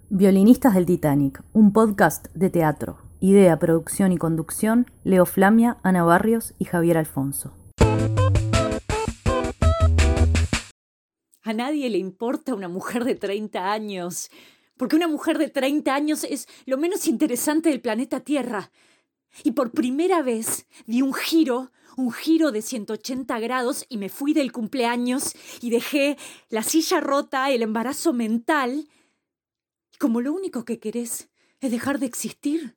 Violinistas del Titanic, un podcast de teatro. Idea, producción y conducción, Leo Flamia, Ana Barrios y Javier Alfonso. A nadie le importa una mujer de 30 años, porque una mujer de 30 años es lo menos interesante del planeta Tierra. Y por primera vez di un giro de 180 grados y me fui del cumpleaños y dejé la silla rota, el embarazo mental. Y como lo único que querés es dejar de existir,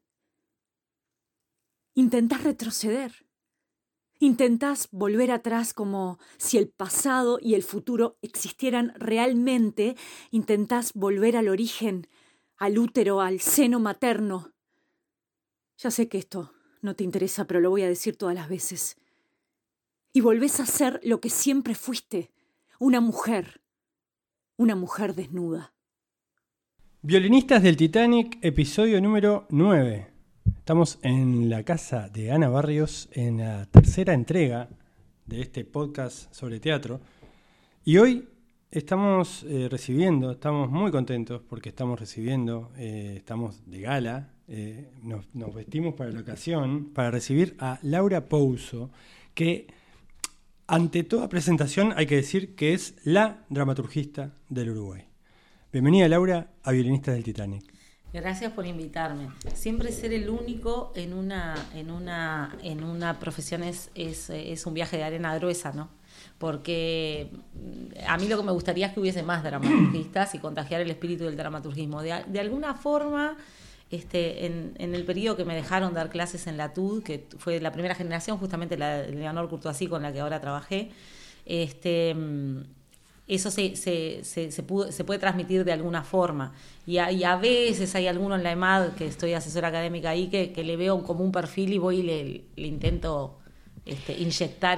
intentás retroceder. Intentás volver atrás como si el pasado y el futuro existieran realmente. Intentás volver al origen, al útero, al seno materno. Ya sé que esto no te interesa, pero lo voy a decir todas las veces. Y volvés a ser lo que siempre fuiste, una mujer desnuda. Violinistas del Titanic, episodio número 9. Estamos en la casa de Ana Barrios en la tercera entrega de este podcast sobre teatro. Y hoy estamos muy contentos porque estamos recibiendo, estamos de gala, nos vestimos para la ocasión, para recibir a Laura Pouso, que ante toda presentación hay que decir que es la dramaturgista del Uruguay. Bienvenida, Laura, a Violinistas del Titanic. Gracias por invitarme. Siempre ser el único en una profesión es un viaje de arena gruesa, ¿no? Porque a mí lo que me gustaría es que hubiese más dramaturgistas y contagiar el espíritu del dramaturgismo. De alguna forma, en el periodo que me dejaron dar clases en la TUD, que fue la primera generación, justamente la de Leonor Courtoisy, con la que ahora trabajé, eso se puede transmitir de alguna forma. Y a veces hay alguno en la EMAD, que estoy asesora académica ahí, que le veo como un perfil y voy y le intento inyectar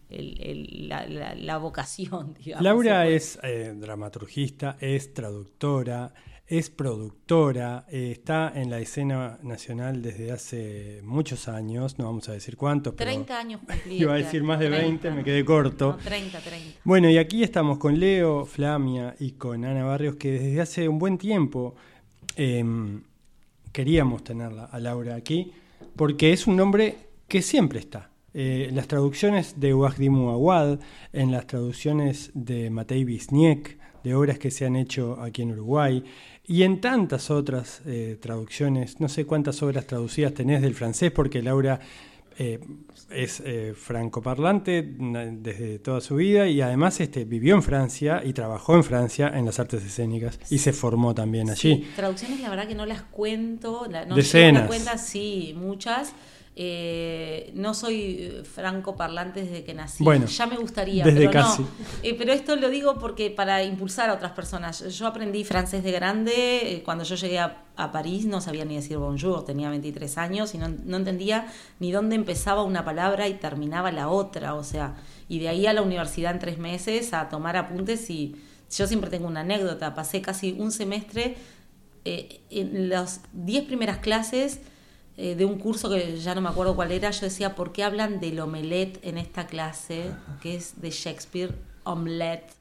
la vocación, digamos. Laura es dramaturgista, es traductora, es productora, está en la escena nacional desde hace muchos años, no vamos a decir cuántos, pero 30 años cumplí. Iba a decir más de 20, me quedé corto. No, 30. Bueno, y aquí estamos con Leo Flamia y con Ana Barrios, que desde hace un buen tiempo queríamos tenerla a Laura aquí, porque es un nombre que siempre está. En las traducciones de Wajdi Mouawad, en las traducciones de Matei Wisniewski, de obras que se han hecho aquí en Uruguay, y en tantas otras traducciones. No sé cuántas obras traducidas tenés del francés, porque Laura es francoparlante desde toda su vida y además vivió en Francia y trabajó en Francia en las artes escénicas y se formó también allí. Sí, traducciones la verdad que no las cuento, decenas. No cuenta, sí, muchas. No soy francoparlante desde que nací. Bueno, ya me gustaría, desde pero casi. No. Pero esto lo digo porque para impulsar a otras personas. Yo aprendí francés de grande. Cuando yo llegué a París no sabía ni decir bonjour, tenía 23 años y no entendía ni dónde empezaba una palabra y terminaba la otra. O sea, y de ahí a la universidad en 3 meses a tomar apuntes. Y yo siempre tengo una anécdota. Pasé casi un semestre en las 10 primeras clases de un curso que ya no me acuerdo cuál era. Yo decía, ¿por qué hablan del omelette en esta clase? Que es de Shakespeare, omelette.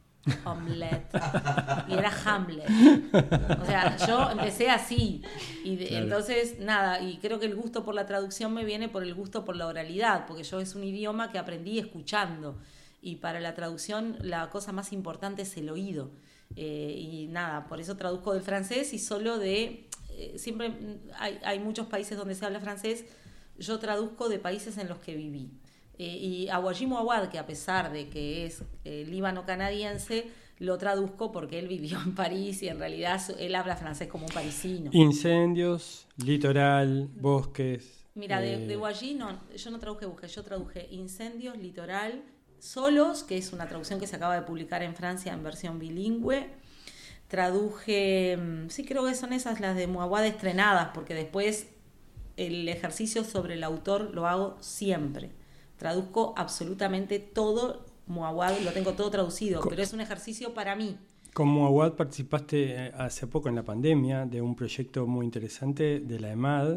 Y era Hamlet. O sea, yo empecé así. Claro. Entonces, nada, y creo que el gusto por la traducción me viene por el gusto por la oralidad, porque yo es un idioma que aprendí escuchando. Y para la traducción la cosa más importante es el oído. Y nada, por eso traduzco del francés y solo de... siempre hay muchos países donde se habla francés. Yo traduzco de países en los que viví. Y a Wajdi Mouawad, que a pesar de que es líbano-canadiense, lo traduzco porque él vivió en París y en realidad él habla francés como un parisino. Incendios, litoral, bosques. Mira, de Wajdi yo no traduje bosques, yo traduje Incendios, litoral, Solos, que es una traducción que se acaba de publicar en Francia en versión bilingüe. Traduje, sí, creo que son esas las de Mouawad estrenadas, porque después el ejercicio sobre el autor lo hago siempre. Traduzco absolutamente todo Mouawad, lo tengo todo traducido, pero es un ejercicio para mí. Con Mouawad participaste hace poco en la pandemia de un proyecto muy interesante de la EMAD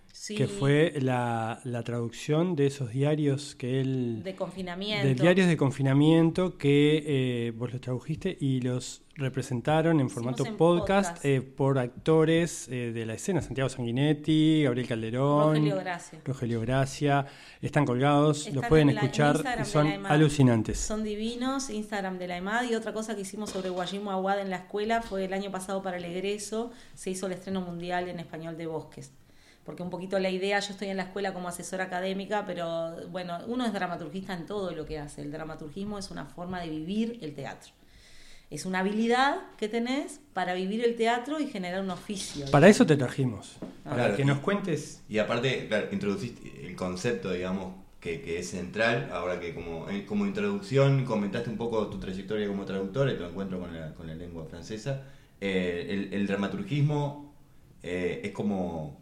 Sí. Que fue la traducción de esos diarios que él... De confinamiento. De diarios de confinamiento que vos los tradujiste y los representaron en formato podcast por actores de la escena, Santiago Sanguinetti, Gabriel Calderón, Rogelio Gracia. Están colgados, los pueden escuchar y son alucinantes. Son divinos. Instagram de la EMAD. Y otra cosa que hicimos sobre Guayimo Aguad en la escuela fue el año pasado para el egreso, se hizo el estreno mundial en español de Bosques. Porque un poquito la idea, yo estoy en la escuela como asesora académica, pero bueno, uno es dramaturgista en todo lo que hace. El dramaturgismo es una forma de vivir el teatro. Es una habilidad que tenés para vivir el teatro y generar un oficio. Para eso te trajimos, para claro, que nos cuentes. Y aparte, claro, introduciste el concepto, digamos, que es central, ahora que como introducción comentaste un poco tu trayectoria como traductor y tu encuentro con la lengua francesa. El dramaturgismo es como...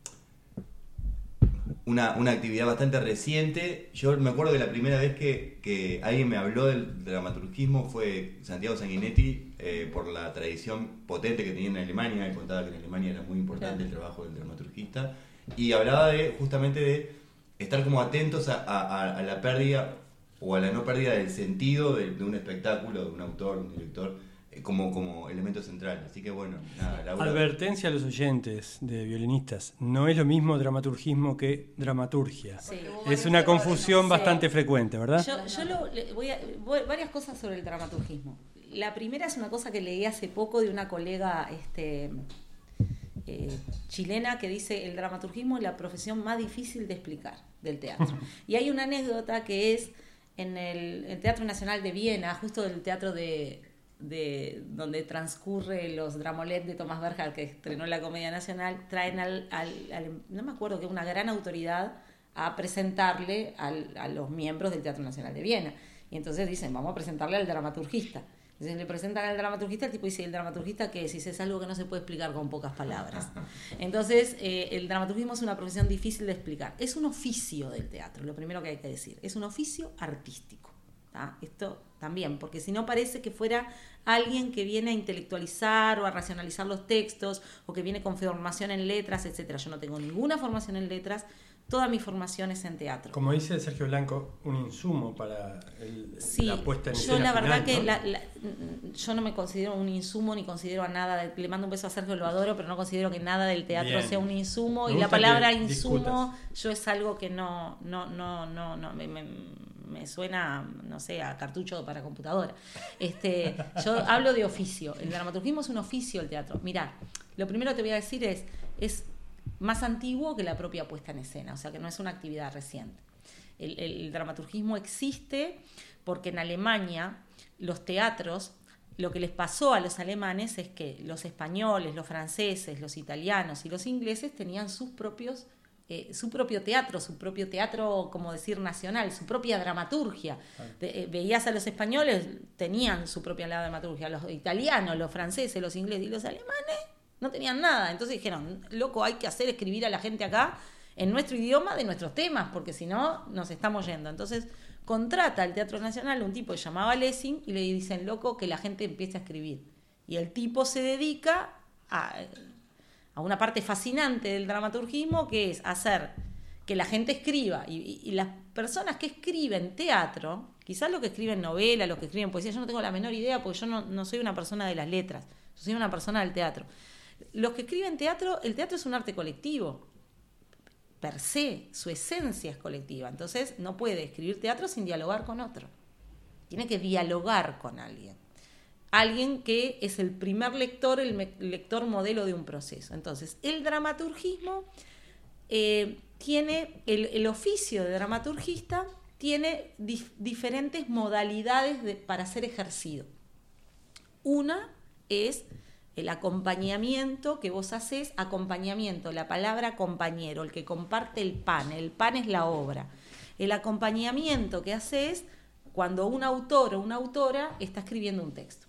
Una actividad bastante reciente. Yo me acuerdo que la primera vez que alguien me habló del dramaturgismo fue Santiago Sanguinetti, por la tradición potente que tenía en Alemania. Él contaba que en Alemania era muy importante el trabajo del dramaturgista y hablaba justamente de estar como atentos a la pérdida o a la no pérdida del sentido de un espectáculo, de un autor, un director, como elemento central. Así que bueno, nada, Laura. Advertencia a los oyentes de violinistas: no es lo mismo dramaturgismo que dramaturgia. Sí. Es una confusión bastante frecuente, ¿verdad? Voy varias cosas sobre el dramaturgismo. La primera es una cosa que leí hace poco de una colega chilena que dice: el dramaturgismo es la profesión más difícil de explicar del teatro. Y hay una anécdota que es en el Teatro Nacional de Viena, justo del teatro de donde transcurre los Dramolets de Tomás Berger, que estrenó la Comedia Nacional. Traen no me acuerdo, que una gran autoridad a presentarle a los miembros del Teatro Nacional de Viena. Y entonces dicen: vamos a presentarle al dramaturgista. Entonces le presentan al dramaturgista, el tipo dice: ¿el dramaturgista qué es? Dice: es algo que no se puede explicar con pocas palabras. Entonces, el dramaturgismo es una profesión difícil de explicar. Es un oficio del teatro, lo primero que hay que decir. Es un oficio artístico. Esto también, porque si no parece que fuera alguien que viene a intelectualizar o a racionalizar los textos, o que viene con formación en letras, etcétera. Yo no tengo ninguna formación en letras, toda mi formación es en teatro. Como dice Sergio Blanco, un insumo para la puesta en escena. Yo la verdad final, que yo no me considero un insumo, ni considero a nada, le mando un beso a Sergio, lo adoro, pero no considero que nada del teatro sea un insumo. Y la palabra insumo, yo es algo que no me suena, no sé, a cartucho para computadora. Yo hablo de oficio. El dramaturgismo es un oficio, el teatro. Mirá, lo primero que te voy a decir es más antiguo que la propia puesta en escena, o sea que no es una actividad reciente. El dramaturgismo existe porque en Alemania los teatros, lo que les pasó a los alemanes es que los españoles, los franceses, los italianos y los ingleses tenían su propio teatro, como decir, nacional, su propia dramaturgia. Veías a los españoles, tenían su propia dramaturgia, los italianos, los franceses, los ingleses y los alemanes no tenían nada. Entonces dijeron: loco, hay que escribir a la gente acá en nuestro idioma de nuestros temas, porque si no nos estamos yendo. Entonces contrata al Teatro Nacional un tipo que se llamaba Lessing y le dicen: loco, que la gente empiece a escribir. Y el tipo se dedica a una parte fascinante del dramaturgismo, que es hacer que la gente escriba. Y las personas que escriben teatro, quizás los que escriben novela, los que escriben poesía, yo no tengo la menor idea, porque yo no soy una persona de las letras, yo soy una persona del teatro. Los que escriben teatro, el teatro es un arte colectivo, per se, su esencia es colectiva. Entonces no puede escribir teatro sin dialogar con otro. Tiene que dialogar con alguien. Alguien que es el primer lector, el lector modelo de un proceso. Entonces, el dramaturgismo tiene, el oficio de dramaturgista tiene diferentes modalidades para ser ejercido. Una es el acompañamiento que vos hacés, acompañamiento, la palabra compañero, el que comparte el pan es la obra. El acompañamiento que haces cuando un autor o una autora está escribiendo un texto.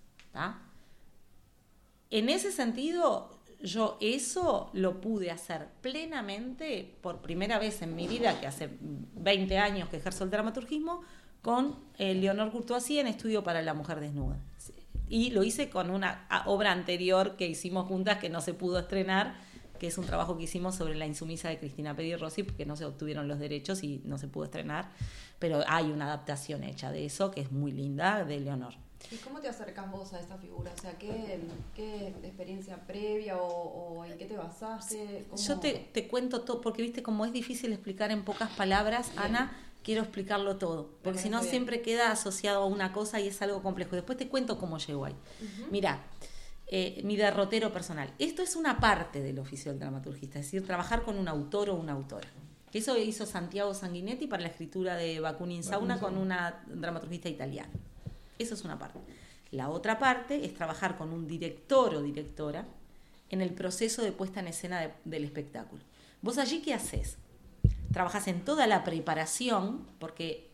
En ese sentido, yo eso lo pude hacer plenamente por primera vez en mi vida, que hace 20 años que ejerzo el dramaturgismo, con Leonor Courtoisie en Estudio para la Mujer Desnuda. Y lo hice con una obra anterior que hicimos juntas, que no se pudo estrenar, que es un trabajo que hicimos sobre La insumisa de Cristina Peri Rossi, porque no se obtuvieron los derechos y no se pudo estrenar, pero hay una adaptación hecha de eso que es muy linda, de Leonor. ¿Y cómo te acercas vos a esta figura? O sea, ¿qué experiencia previa o en qué te basaste? ¿Cómo? Yo te cuento todo, porque viste como es difícil explicar en pocas palabras, bien. Ana, quiero explicarlo todo, porque si no bien. Siempre queda asociado a una cosa y es algo complejo. Después te cuento cómo llego ahí. Mirá, mi derrotero personal. Esto es una parte del oficio del dramaturgista, es decir, trabajar con un autor o una autora. Eso hizo Santiago Sanguinetti para la escritura de Bakunin Sauna con una dramaturgista italiana. Eso es una parte. La otra parte es trabajar con un director o directora en el proceso de puesta en escena del espectáculo. ¿Vos allí qué haces? Trabajás en toda la preparación, porque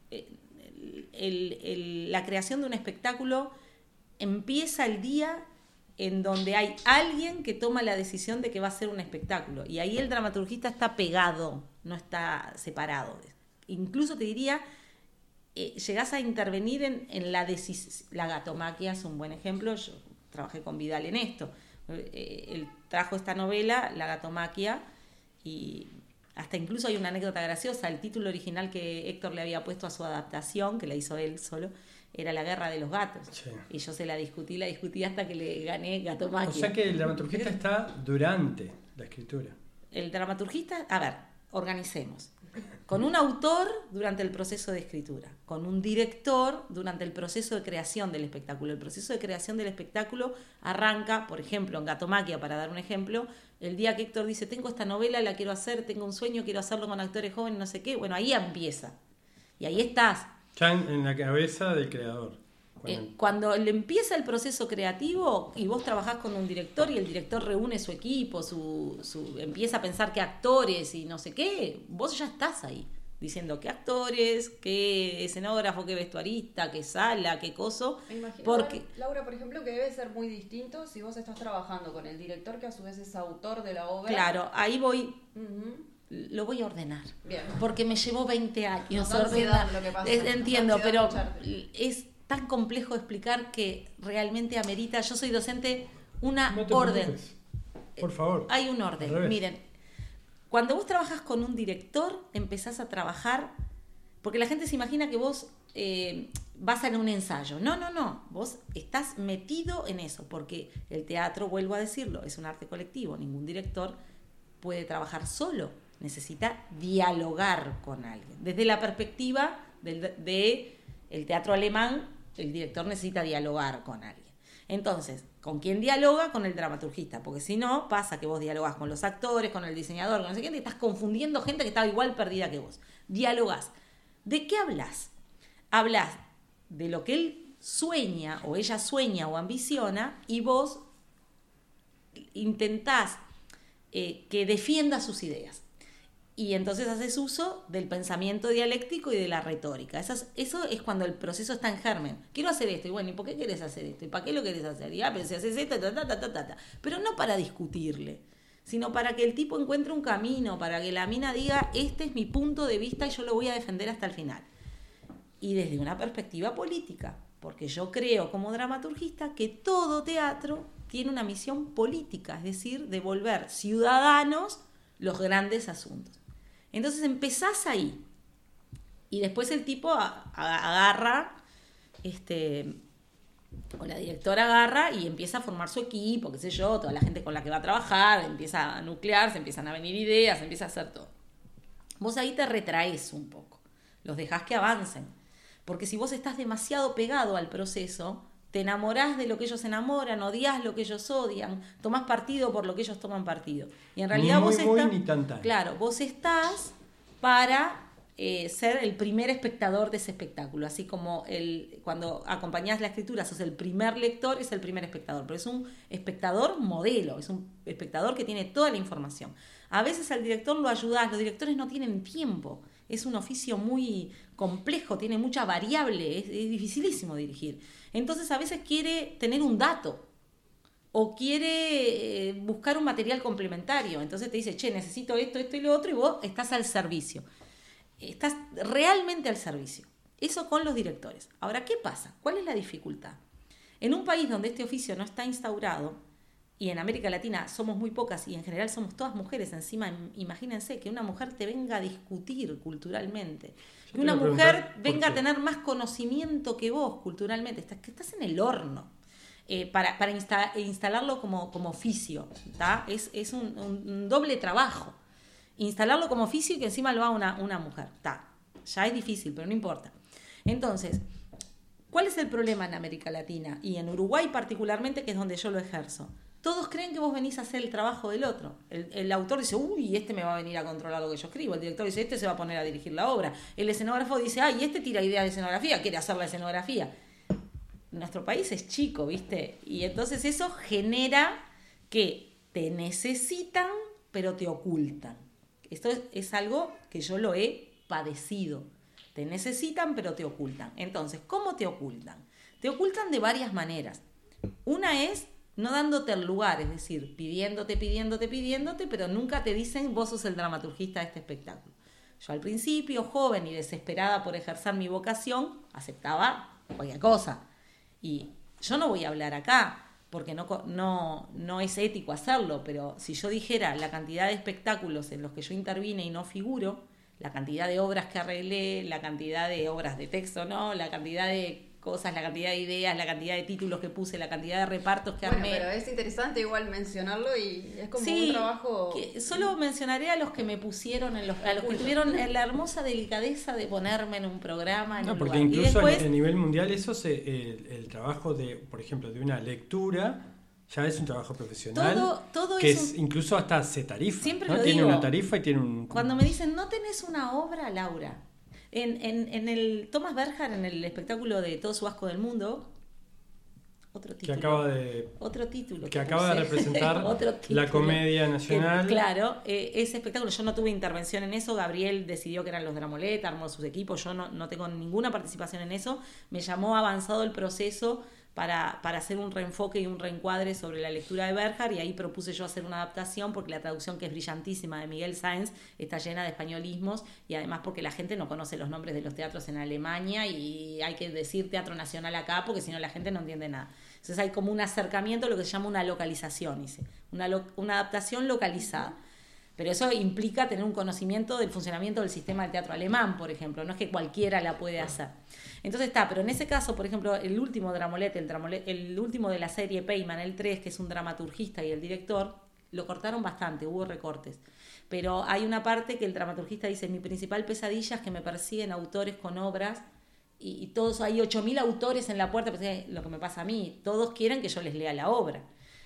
la creación de un espectáculo empieza el día en donde hay alguien que toma la decisión de que va a ser un espectáculo. Y ahí el dramaturgista está pegado, no está separado. Incluso te diría, llegás a intervenir en la decisión. La Gatomaquia es un buen ejemplo. Yo trabajé con Vidal en esto. Él trajo esta novela, La Gatomaquia, y hasta incluso hay una anécdota graciosa. El título original que Héctor le había puesto a su adaptación, que la hizo él solo, era La Guerra de los Gatos. Sí. Y yo se la discutí hasta que le gané Gatomaquia. O sea que el dramaturgista está durante la escritura. El dramaturgista, a ver, organicemos. Con un autor durante el proceso de escritura, con un director durante el proceso de creación del espectáculo. El proceso de creación del espectáculo arranca, por ejemplo, en Gatomaquia, para dar un ejemplo, el día que Héctor dice, tengo esta novela, la quiero hacer, tengo un sueño, quiero hacerlo con actores jóvenes, no sé qué. Bueno, ahí empieza. Y ahí estás. Ya en la cabeza del creador. Cuando le empieza el proceso creativo y vos trabajás con un director y el director reúne su equipo, empieza a pensar qué actores y no sé qué, vos ya estás ahí, diciendo qué actores, qué escenógrafo, qué vestuarista, qué sala, qué coso. Me imagino, porque Laura, por ejemplo, que debe ser muy distinto si vos estás trabajando con el director que a su vez es autor de la obra. Claro, ahí voy... Lo voy a ordenar. Bien. Porque me llevó 20 años ordenar. Lo que pasa. Entiendo, pero es tan complejo explicar que realmente amerita. Yo soy docente, una orden. Preocupes. Por favor. Hay un orden. Miren, cuando vos trabajas con un director, empezás a trabajar, porque la gente se imagina que vos vas a un ensayo. No. Vos estás metido en eso, porque el teatro, vuelvo a decirlo, es un arte colectivo. Ningún director puede trabajar solo. Necesita dialogar con alguien. Desde la perspectiva del teatro alemán, el director necesita dialogar con alguien. Entonces, ¿con quién dialoga? Con el dramaturgista, porque si no, pasa que vos dialogás con los actores, con el diseñador, con no sé quién, y estás confundiendo gente que está igual perdida que vos. Dialogás. ¿De qué hablas? Hablas de lo que él sueña, o ella sueña o ambiciona, y vos intentás que defienda sus ideas. Y entonces haces uso del pensamiento dialéctico y de la retórica. Eso es cuando el proceso está en germen. Quiero hacer esto, y bueno, ¿y por qué querés hacer esto? ¿Y para qué lo querés hacer? Y pero si haces esto, Pero no para discutirle, sino para que el tipo encuentre un camino, para que la mina diga, este es mi punto de vista y yo lo voy a defender hasta el final. Y desde una perspectiva política, porque yo creo como dramaturgista que todo teatro tiene una misión política, es decir, de volver ciudadanos los grandes asuntos. Entonces empezás ahí y después el tipo agarra, o la directora agarra y empieza a formar su equipo, qué sé yo, toda la gente con la que va a trabajar, empieza a nuclearse, empiezan a venir ideas, empieza a hacer todo. Vos ahí te retraes un poco, los dejás que avancen, porque si vos estás demasiado pegado al proceso, te enamorás de lo que ellos enamoran, odias lo que ellos odian, tomás partido por lo que ellos toman partido. Y en realidad vos estás para ser el primer espectador de ese espectáculo. Así como cuando acompañás la escritura, sos el primer lector, es el primer espectador. Pero es un espectador modelo, es un espectador que tiene toda la información. A veces al director lo ayudás, los directores no tienen tiempo. Es un oficio muy complejo, tiene mucha variable, es dificilísimo dirigir. Entonces a veces quiere tener un dato o quiere buscar un material complementario. Entonces te dice, necesito esto y lo otro, y vos estás al servicio. Estás realmente al servicio. Eso con los directores. Ahora, ¿qué pasa? ¿Cuál es la dificultad? En un país donde este oficio no está instaurado, y en América Latina somos muy pocas y en general somos todas mujeres, encima imagínense que una mujer te venga a discutir culturalmente, que una mujer venga a tener más conocimiento que vos culturalmente, que estás en el horno. Para instalarlo como oficio, ¿tá? Es un doble trabajo. Instalarlo como oficio y que encima lo haga una mujer, ¿tá? Ya es difícil, pero no importa. Entonces, ¿cuál es el problema en América Latina? Y en Uruguay particularmente, que es donde yo lo ejerzo. Todos creen que vos venís a hacer el trabajo del otro. El autor dice, uy, este me va a venir a controlar lo que yo escribo. El director dice, este se va a poner a dirigir la obra. El escenógrafo dice, ay, este tira ideas de escenografía, quiere hacer la escenografía. Nuestro país es chico, ¿viste? Y entonces eso genera que te necesitan, pero te ocultan. Esto es algo que yo lo he padecido. Te necesitan, pero te ocultan. Entonces, ¿cómo te ocultan? Te ocultan de varias maneras. Una es no dándote el lugar, es decir, pidiéndote, pero nunca te dicen, vos sos el dramaturgista de este espectáculo. Yo al principio, joven y desesperada por ejercer mi vocación, aceptaba cualquier cosa. Y yo no voy a hablar acá, porque no es ético hacerlo, pero si yo dijera la cantidad de espectáculos en los que yo intervine y no figuro, la cantidad de obras que arreglé, la cantidad de obras de texto, ¿no? La cantidad de cosas, la cantidad de ideas, la cantidad de títulos que puse, la cantidad de repartos que armé. Pero es interesante igual mencionarlo y es como un trabajo... Solo mencionaré a los que me pusieron, a los que tuvieron la hermosa delicadeza de ponerme en un programa. No, porque lugar. Incluso después, a nivel mundial eso el trabajo de, por ejemplo, de una lectura ya es un trabajo profesional. Todo que es incluso hasta se tarifa. Siempre ¿no? lo Tiene digo. una tarifa y tiene un... Cuando me dicen, no tenés una obra, Laura. En el Thomas Berger, en el espectáculo de Todo su asco del mundo, otro título que acaba de representar la Comedia Nacional. Claro, ese espectáculo, yo no tuve intervención en eso. Gabriel decidió que eran los Dramolet, armó sus equipos. Yo no tengo ninguna participación en eso. Me llamó avanzado el proceso para hacer un reenfoque y un reencuadre sobre la lectura de Berger, y ahí propuse yo hacer una adaptación porque la traducción, que es brillantísima, de Miguel Sáenz, está llena de españolismos, y además porque la gente no conoce los nombres de los teatros en Alemania y hay que decir Teatro Nacional acá porque si no la gente no entiende nada. Entonces hay como un acercamiento, lo que se llama una localización, una adaptación localizada. Pero eso implica tener un conocimiento del funcionamiento del sistema del teatro alemán, por ejemplo. No es que cualquiera la puede hacer. Entonces pero en ese caso, por ejemplo, el último Dramolet, el último de la serie Peyman, el 3, que es un dramaturgista y el director, lo cortaron bastante, hubo recortes. Pero hay una parte que el dramaturgista dice, mi principal pesadilla es que me persiguen autores con obras y todos, hay 8.000 autores en la puerta, pues es lo que me pasa a mí, todos quieren que yo les lea la obra,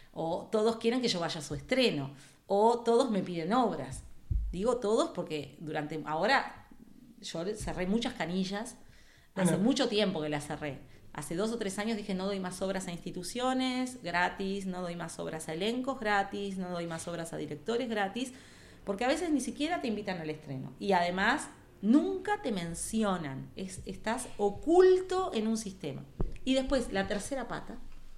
o todos quieren que yo vaya a su estreno, o todos me piden obras. Digo todos porque ahora yo cerré muchas canillas, hace mucho tiempo que las cerré. Hace 2 o 3 años dije, no doy más obras a instituciones gratis, no doy más obras a elencos gratis, no doy más obras a directores gratis, porque a veces ni siquiera te invitan al estreno. Y además, nunca te mencionan, estás oculto en un sistema. Y después, la tercera pata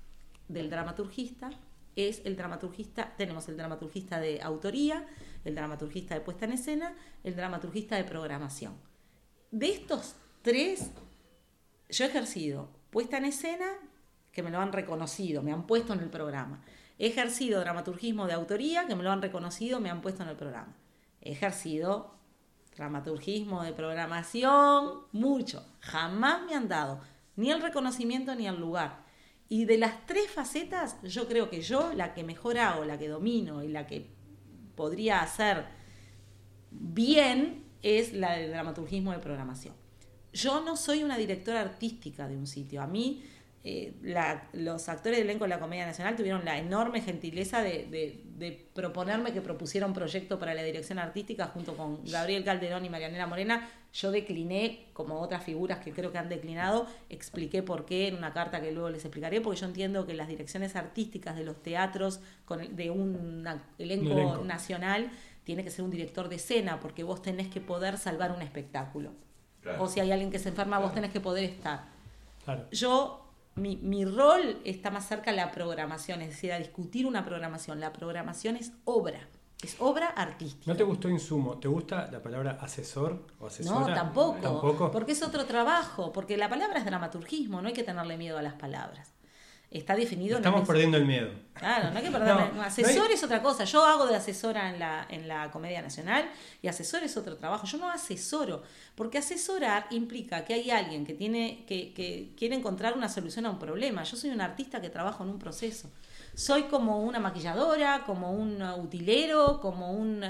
del dramaturgista es tenemos el dramaturgista de autoría, el dramaturgista de puesta en escena, el dramaturgista de programación. De estos 3, yo he ejercido puesta en escena, que me lo han reconocido, me han puesto en el programa. He ejercido dramaturgismo de autoría, que me lo han reconocido, me han puesto en el programa. He ejercido dramaturgismo de programación, mucho. Jamás me han dado ni el reconocimiento ni el lugar. Y de las 3 facetas, yo creo que la que mejor hago, la que domino y la que podría hacer bien es la del dramaturgismo de programación. Yo no soy una directora artística de un sitio. A mí, los actores del elenco de la Comedia Nacional tuvieron la enorme gentileza de proponerme que propusiera un proyecto para la dirección artística junto con Gabriel Calderón y Marianela Morena. Yo decliné, como otras figuras que creo que han declinado, expliqué por qué en una carta que luego les explicaré, porque yo entiendo que las direcciones artísticas de los teatros de un elenco nacional tiene que ser un director de escena, porque vos tenés que poder salvar un espectáculo. Claro. O si hay alguien que se enferma, vos tenés que poder estar. Claro. Mi rol está más cerca a la programación, es decir, a discutir una programación. La programación es obra artística. ¿No te gustó insumo? ¿Te gusta la palabra asesor o asesora? No, tampoco. Porque es otro trabajo, porque la palabra es dramaturgismo, no hay que tenerle miedo a las palabras. está definido. Estamos perdiendo el miedo. Claro, no hay que perder. Asesor es otra cosa. Yo hago de asesora en la Comedia Nacional y asesor es otro trabajo. Yo no asesoro, porque asesorar implica que hay alguien que quiere encontrar una solución a un problema. Yo soy un artista que trabajo en un proceso. Soy como una maquilladora, como un utilero, como un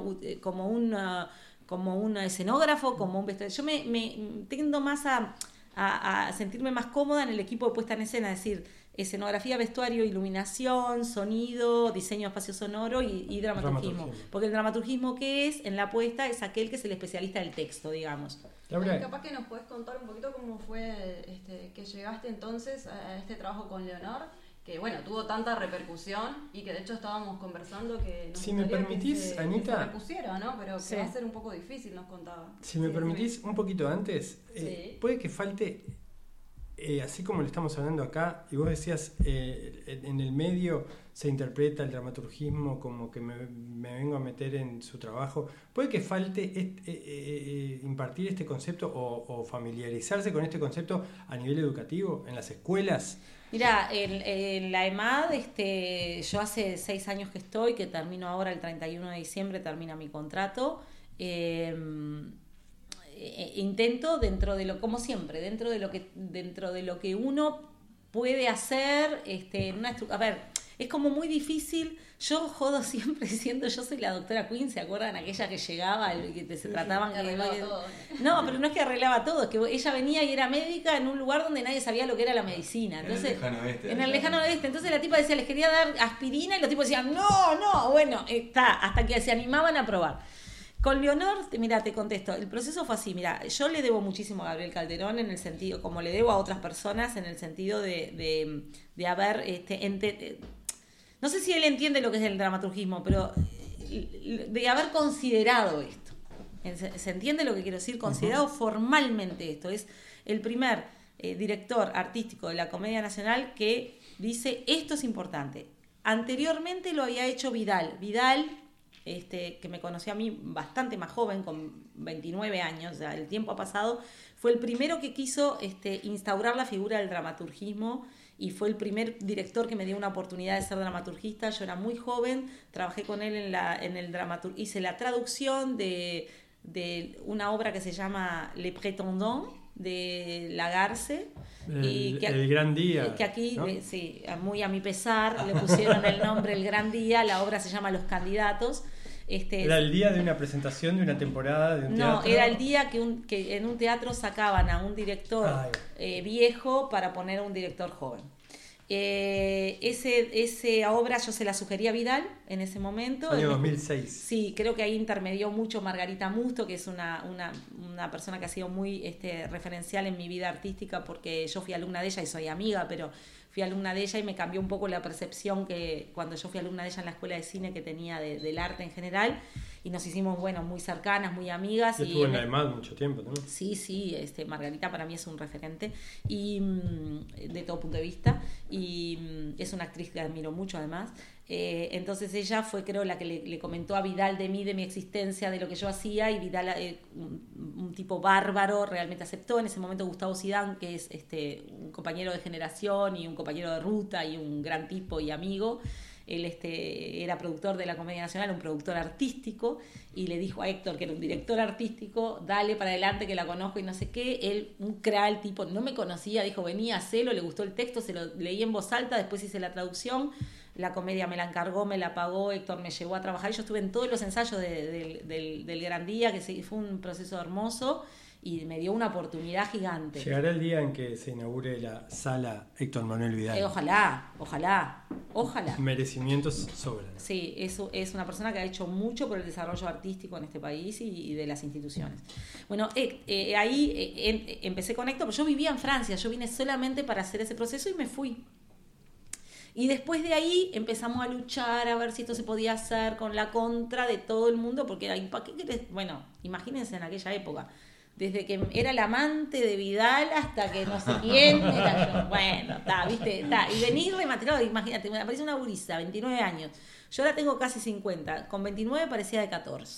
escenógrafo, como un vestuario. Yo me tiendo más a sentirme más cómoda en el equipo de puesta en escena, es decir, escenografía, vestuario, iluminación, sonido, diseño de espacio sonoro y dramaturgismo. Porque el dramaturgismo que es en la puesta es aquel que es el especialista del texto, digamos. Laura, capaz que nos puedes contar un poquito cómo fue que llegaste entonces a este trabajo con Leonor, que bueno, tuvo tanta repercusión y que de hecho estábamos conversando que nos si me permitís, Anita, que se repusiera, ¿no? Pero sí, que va a ser un poco difícil, nos contaba. Si me permitís un poquito antes, puede que falte, así como lo estamos hablando acá, y vos decías, en el medio se interpreta el dramaturgismo como que me vengo a meter en su trabajo, puede que falte impartir este concepto o familiarizarse con este concepto a nivel educativo, en las escuelas. Mira, en la EMAD, yo hace 6 años que estoy, que termino ahora el 31 de diciembre, termina mi contrato. Intento como siempre, dentro de lo que uno puede hacer, a ver, es como muy difícil. Yo jodo siempre diciendo, yo soy la doctora Quinn, ¿se acuerdan? Aquella que llegaba y que se trataban que arreglaba todo. No, pero no es que arreglaba todo, es que ella venía y era médica en un lugar donde nadie sabía lo que era la medicina. Entonces, en el lejano oeste. Entonces la tipa decía, les quería dar aspirina y los tipos decían, no, bueno, hasta que se animaban a probar. Con Leonor, mira, te contesto, el proceso fue así, mira, yo le debo muchísimo a Gabriel Calderón en el sentido, como le debo a otras personas, en el sentido de haber, no sé si él entiende lo que es el dramaturgismo, pero de haber considerado esto. ¿Se entiende lo que quiero decir? Considerado formalmente esto. Es el primer director artístico de la Comedia Nacional que dice, esto es importante. Anteriormente lo había hecho Vidal. Vidal, que me conoció a mí bastante más joven, con 29 años, ya el tiempo ha pasado, fue el primero que quiso instaurar la figura del dramaturgismo y fue el primer director que me dio una oportunidad de ser dramaturgista. Yo era muy joven, trabajé con él en el dramaturgismo, hice la traducción de una obra que se llama Les Prétendants de Lagarce. El Gran Día. Que aquí, ¿no? sí, muy a mi pesar, le pusieron el nombre El Gran Día. La obra se llama Los Candidatos. ¿Era el día de una presentación de una temporada de un teatro? No, era el día que en un teatro sacaban a un director viejo para poner a un director joven. Esa obra yo se la sugerí a Vidal en ese momento. Año 2006. Sí, creo que ahí intermedió mucho Margarita Musto, que es una persona que ha sido muy referencial en mi vida artística, porque yo fui alumna de ella y soy amiga, pero fui alumna de ella y me cambió un poco la percepción que cuando yo fui alumna de ella en la escuela de cine que tenía del arte en general, y nos hicimos, muy cercanas, muy amigas. Y estuvo en la EMAD mucho tiempo también. Sí, Margarita para mí es un referente y de todo punto de vista, y es una actriz que admiro mucho además. Entonces ella fue, creo, la que le comentó a Vidal de mí, de mi existencia, de lo que yo hacía, y Vidal, un tipo bárbaro, realmente aceptó. En ese momento Gustavo Zidane, que es un compañero de generación y un compañero de ruta y un gran tipo y amigo, él era productor de la Comedia Nacional, un productor artístico, y le dijo a Héctor, que era un director artístico, dale para adelante que la conozco y no sé qué. Él, un crack, tipo, no me conocía, dijo, venía, hacelo, le gustó el texto, se lo leí en voz alta, después hice la traducción, la comedia me la encargó, me la pagó, Héctor me llevó a trabajar, y yo estuve en todos los ensayos del Gran Día, que fue un proceso hermoso, y me dio una oportunidad gigante. Llegará el día en que se inaugure la sala Héctor Manuel Vidal. Ojalá. Merecimientos sobran. Sí, es una persona que ha hecho mucho por el desarrollo artístico en este país y de las instituciones. Bueno, ahí empecé con Héctor, pero yo vivía en Francia, yo vine solamente para hacer ese proceso y me fui. Y después de ahí empezamos a luchar a ver si esto se podía hacer con la contra de todo el mundo, porque era, ¿para qué querés? Bueno, imagínense en aquella época. Desde que era el amante de Vidal hasta que no sé quién era yo. Bueno, ¿viste? Y venir remateriado, imagínate, me parece una gurisa, 29 años. Yo ahora tengo casi 50. Con 29 parecía de 14.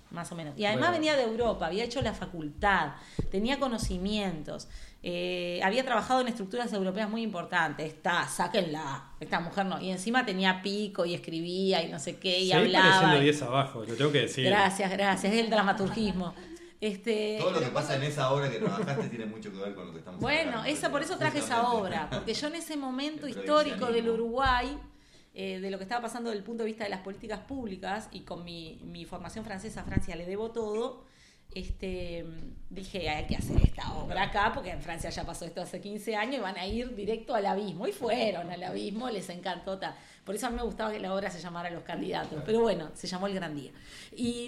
más o menos. Y además venía de Europa, había hecho la facultad, tenía conocimientos, había trabajado en estructuras europeas muy importantes. Sáquenla, esta mujer no. Y encima tenía pico y escribía y no sé qué, y hablaba. Pareciendo 10 abajo, lo tengo que decir. Gracias, es el dramaturgismo. Todo lo que pasa en esa obra que trabajaste tiene mucho que ver con lo que estamos hablando. Bueno, por eso traje esa obra, porque yo en ese momento histórico del Uruguay, de lo que estaba pasando desde el punto de vista de las políticas públicas, y con mi formación francesa a Francia le debo todo, dije, hay que hacer esta obra acá, porque en Francia ya pasó esto hace 15 años y van a ir directo al abismo, y fueron al abismo, les encantó. Por eso a mí me gustaba que la obra se llamara Los Candidatos, pero bueno, se llamó El Gran Día. Y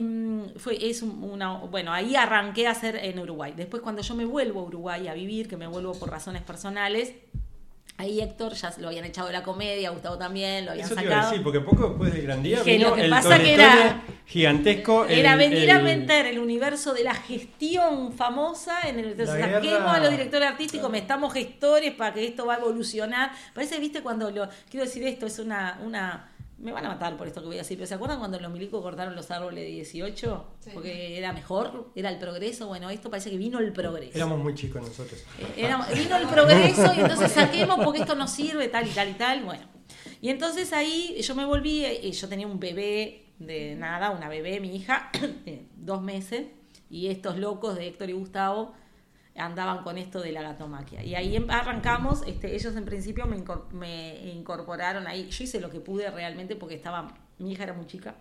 ahí arranqué a hacer en Uruguay. Después, cuando yo me vuelvo a Uruguay a vivir, que me vuelvo por razones personales, ahí Héctor ya lo habían echado de la comedia, Gustavo también, lo habían sacado. Eso sacado. te iba a decir, porque poco después del Gran Día Que vino lo que el pasa que gigantesco. Era venir a meter el universo de la gestión famosa en el... Saquemos a los directores artísticos, metamos gestores para que esto va a evolucionar. Parece, viste, quiero decir esto, es una me van a matar por esto que voy a decir, pero ¿se acuerdan cuando los milicos cortaron los árboles de 18? Sí. Porque era mejor, era el progreso. Bueno, esto parece que vino el progreso. Éramos muy chicos nosotros. Vino el progreso y entonces saquemos porque esto nos sirve, tal y tal y tal. Bueno, y entonces ahí yo me volví, yo tenía un bebé una bebé, mi hija, de 2 meses, y estos locos de Héctor y Gustavo andaban con esto de la gatomaquia. Y ahí arrancamos, ellos en principio me incorporaron ahí. Yo hice lo que pude realmente porque mi hija era muy chica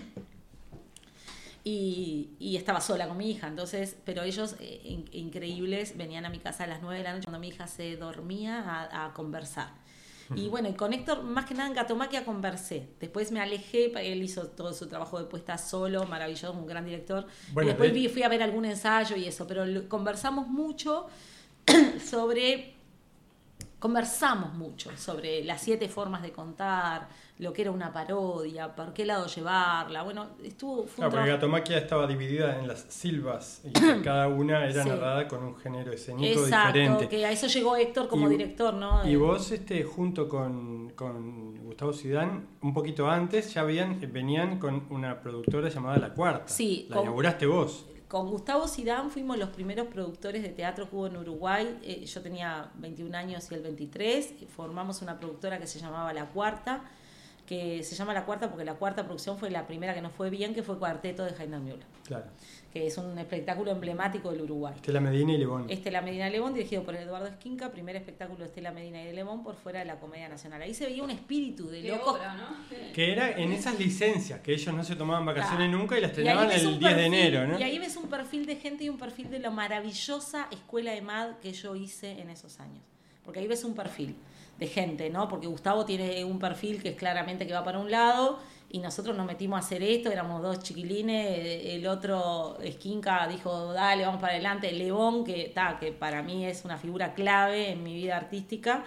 y estaba sola con mi hija, entonces, pero ellos, increíbles, venían a mi casa a las 9 de la noche cuando mi hija se dormía a conversar. Y bueno, y con Héctor, más que nada en Gatomaquia conversé. Después me alejé, él hizo todo su trabajo de puesta solo, maravilloso, un gran director. Bueno, y después fui a ver algún ensayo y eso, pero conversamos mucho sobre las 7 formas de contar, lo que era una parodia, por qué lado llevarla. Bueno, porque Gatomaquia estaba dividida en las silvas y cada una era narrada con un género escénico diferente. Exacto, que a eso llegó Héctor como director, ¿no? Y vos, junto con Gustavo Zidane, un poquito antes, ya venían con una productora llamada La Cuarta. Sí. La inauguraste vos. Con Gustavo Zidane fuimos los primeros productores de teatro que hubo en Uruguay. Yo tenía 21 años y él 23. Formamos una productora que se llamaba La Cuarta, que se llama La Cuarta porque la cuarta producción fue la primera que nos fue bien, que fue Cuarteto de Heiner Müller. Claro. Que es un espectáculo emblemático del Uruguay. Estela Medina y Lebón. Estela Medina y Lebón, dirigido por Eduardo Esquinca, primer espectáculo de Estela Medina y de Lebón por fuera de la Comedia Nacional. Ahí se veía un espíritu de locos. Obra, ¿no? Que era en esas licencias, que ellos no se tomaban vacaciones nunca y las tenían el 10 de enero, ¿no? Y ahí ves un perfil de gente y un perfil de la maravillosa escuela de MAD que yo hice en esos años. Porque ahí ves un perfil de gente, ¿no? Porque Gustavo tiene un perfil que es claramente que va para un lado y nosotros nos metimos a hacer esto, éramos 2 chiquilines, el otro Esquinca dijo, dale, vamos para adelante, Lebón, que para mí es una figura clave en mi vida artística,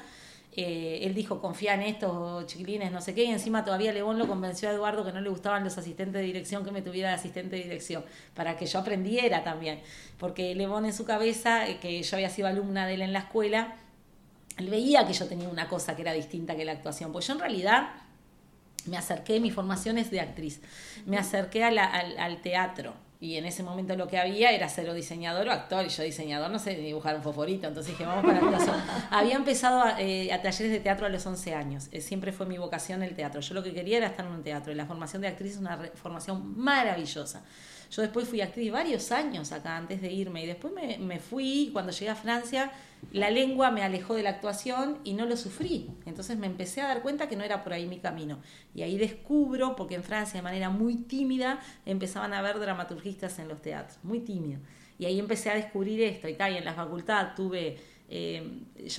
él dijo, confía en estos chiquilines, no sé qué, y encima todavía Lebón lo convenció a Eduardo que no le gustaban los asistentes de dirección, que me tuviera de asistente de dirección, para que yo aprendiera también, porque Lebón en su cabeza, que yo había sido alumna de él en la escuela, él veía que yo tenía una cosa que era distinta que la actuación, pues yo en realidad me acerqué, mi formación es de actriz, me acerqué al teatro y en ese momento lo que había era ser o diseñador o actor, y yo diseñador no sé dibujar un fosforito, entonces dije vamos para la actuación. Había empezado a talleres de teatro a los 11 años, siempre fue mi vocación el teatro, yo lo que quería era estar en un teatro y la formación de actriz es una formación maravillosa. Yo después fui actriz varios años acá antes de irme y después me fui, cuando llegué a Francia la lengua me alejó de la actuación y no lo sufrí, entonces me empecé a dar cuenta que no era por ahí mi camino y ahí descubro, porque en Francia de manera muy tímida empezaban a haber dramaturgistas en los teatros, muy tímido, y ahí empecé a descubrir esto y en la facultad tuve yo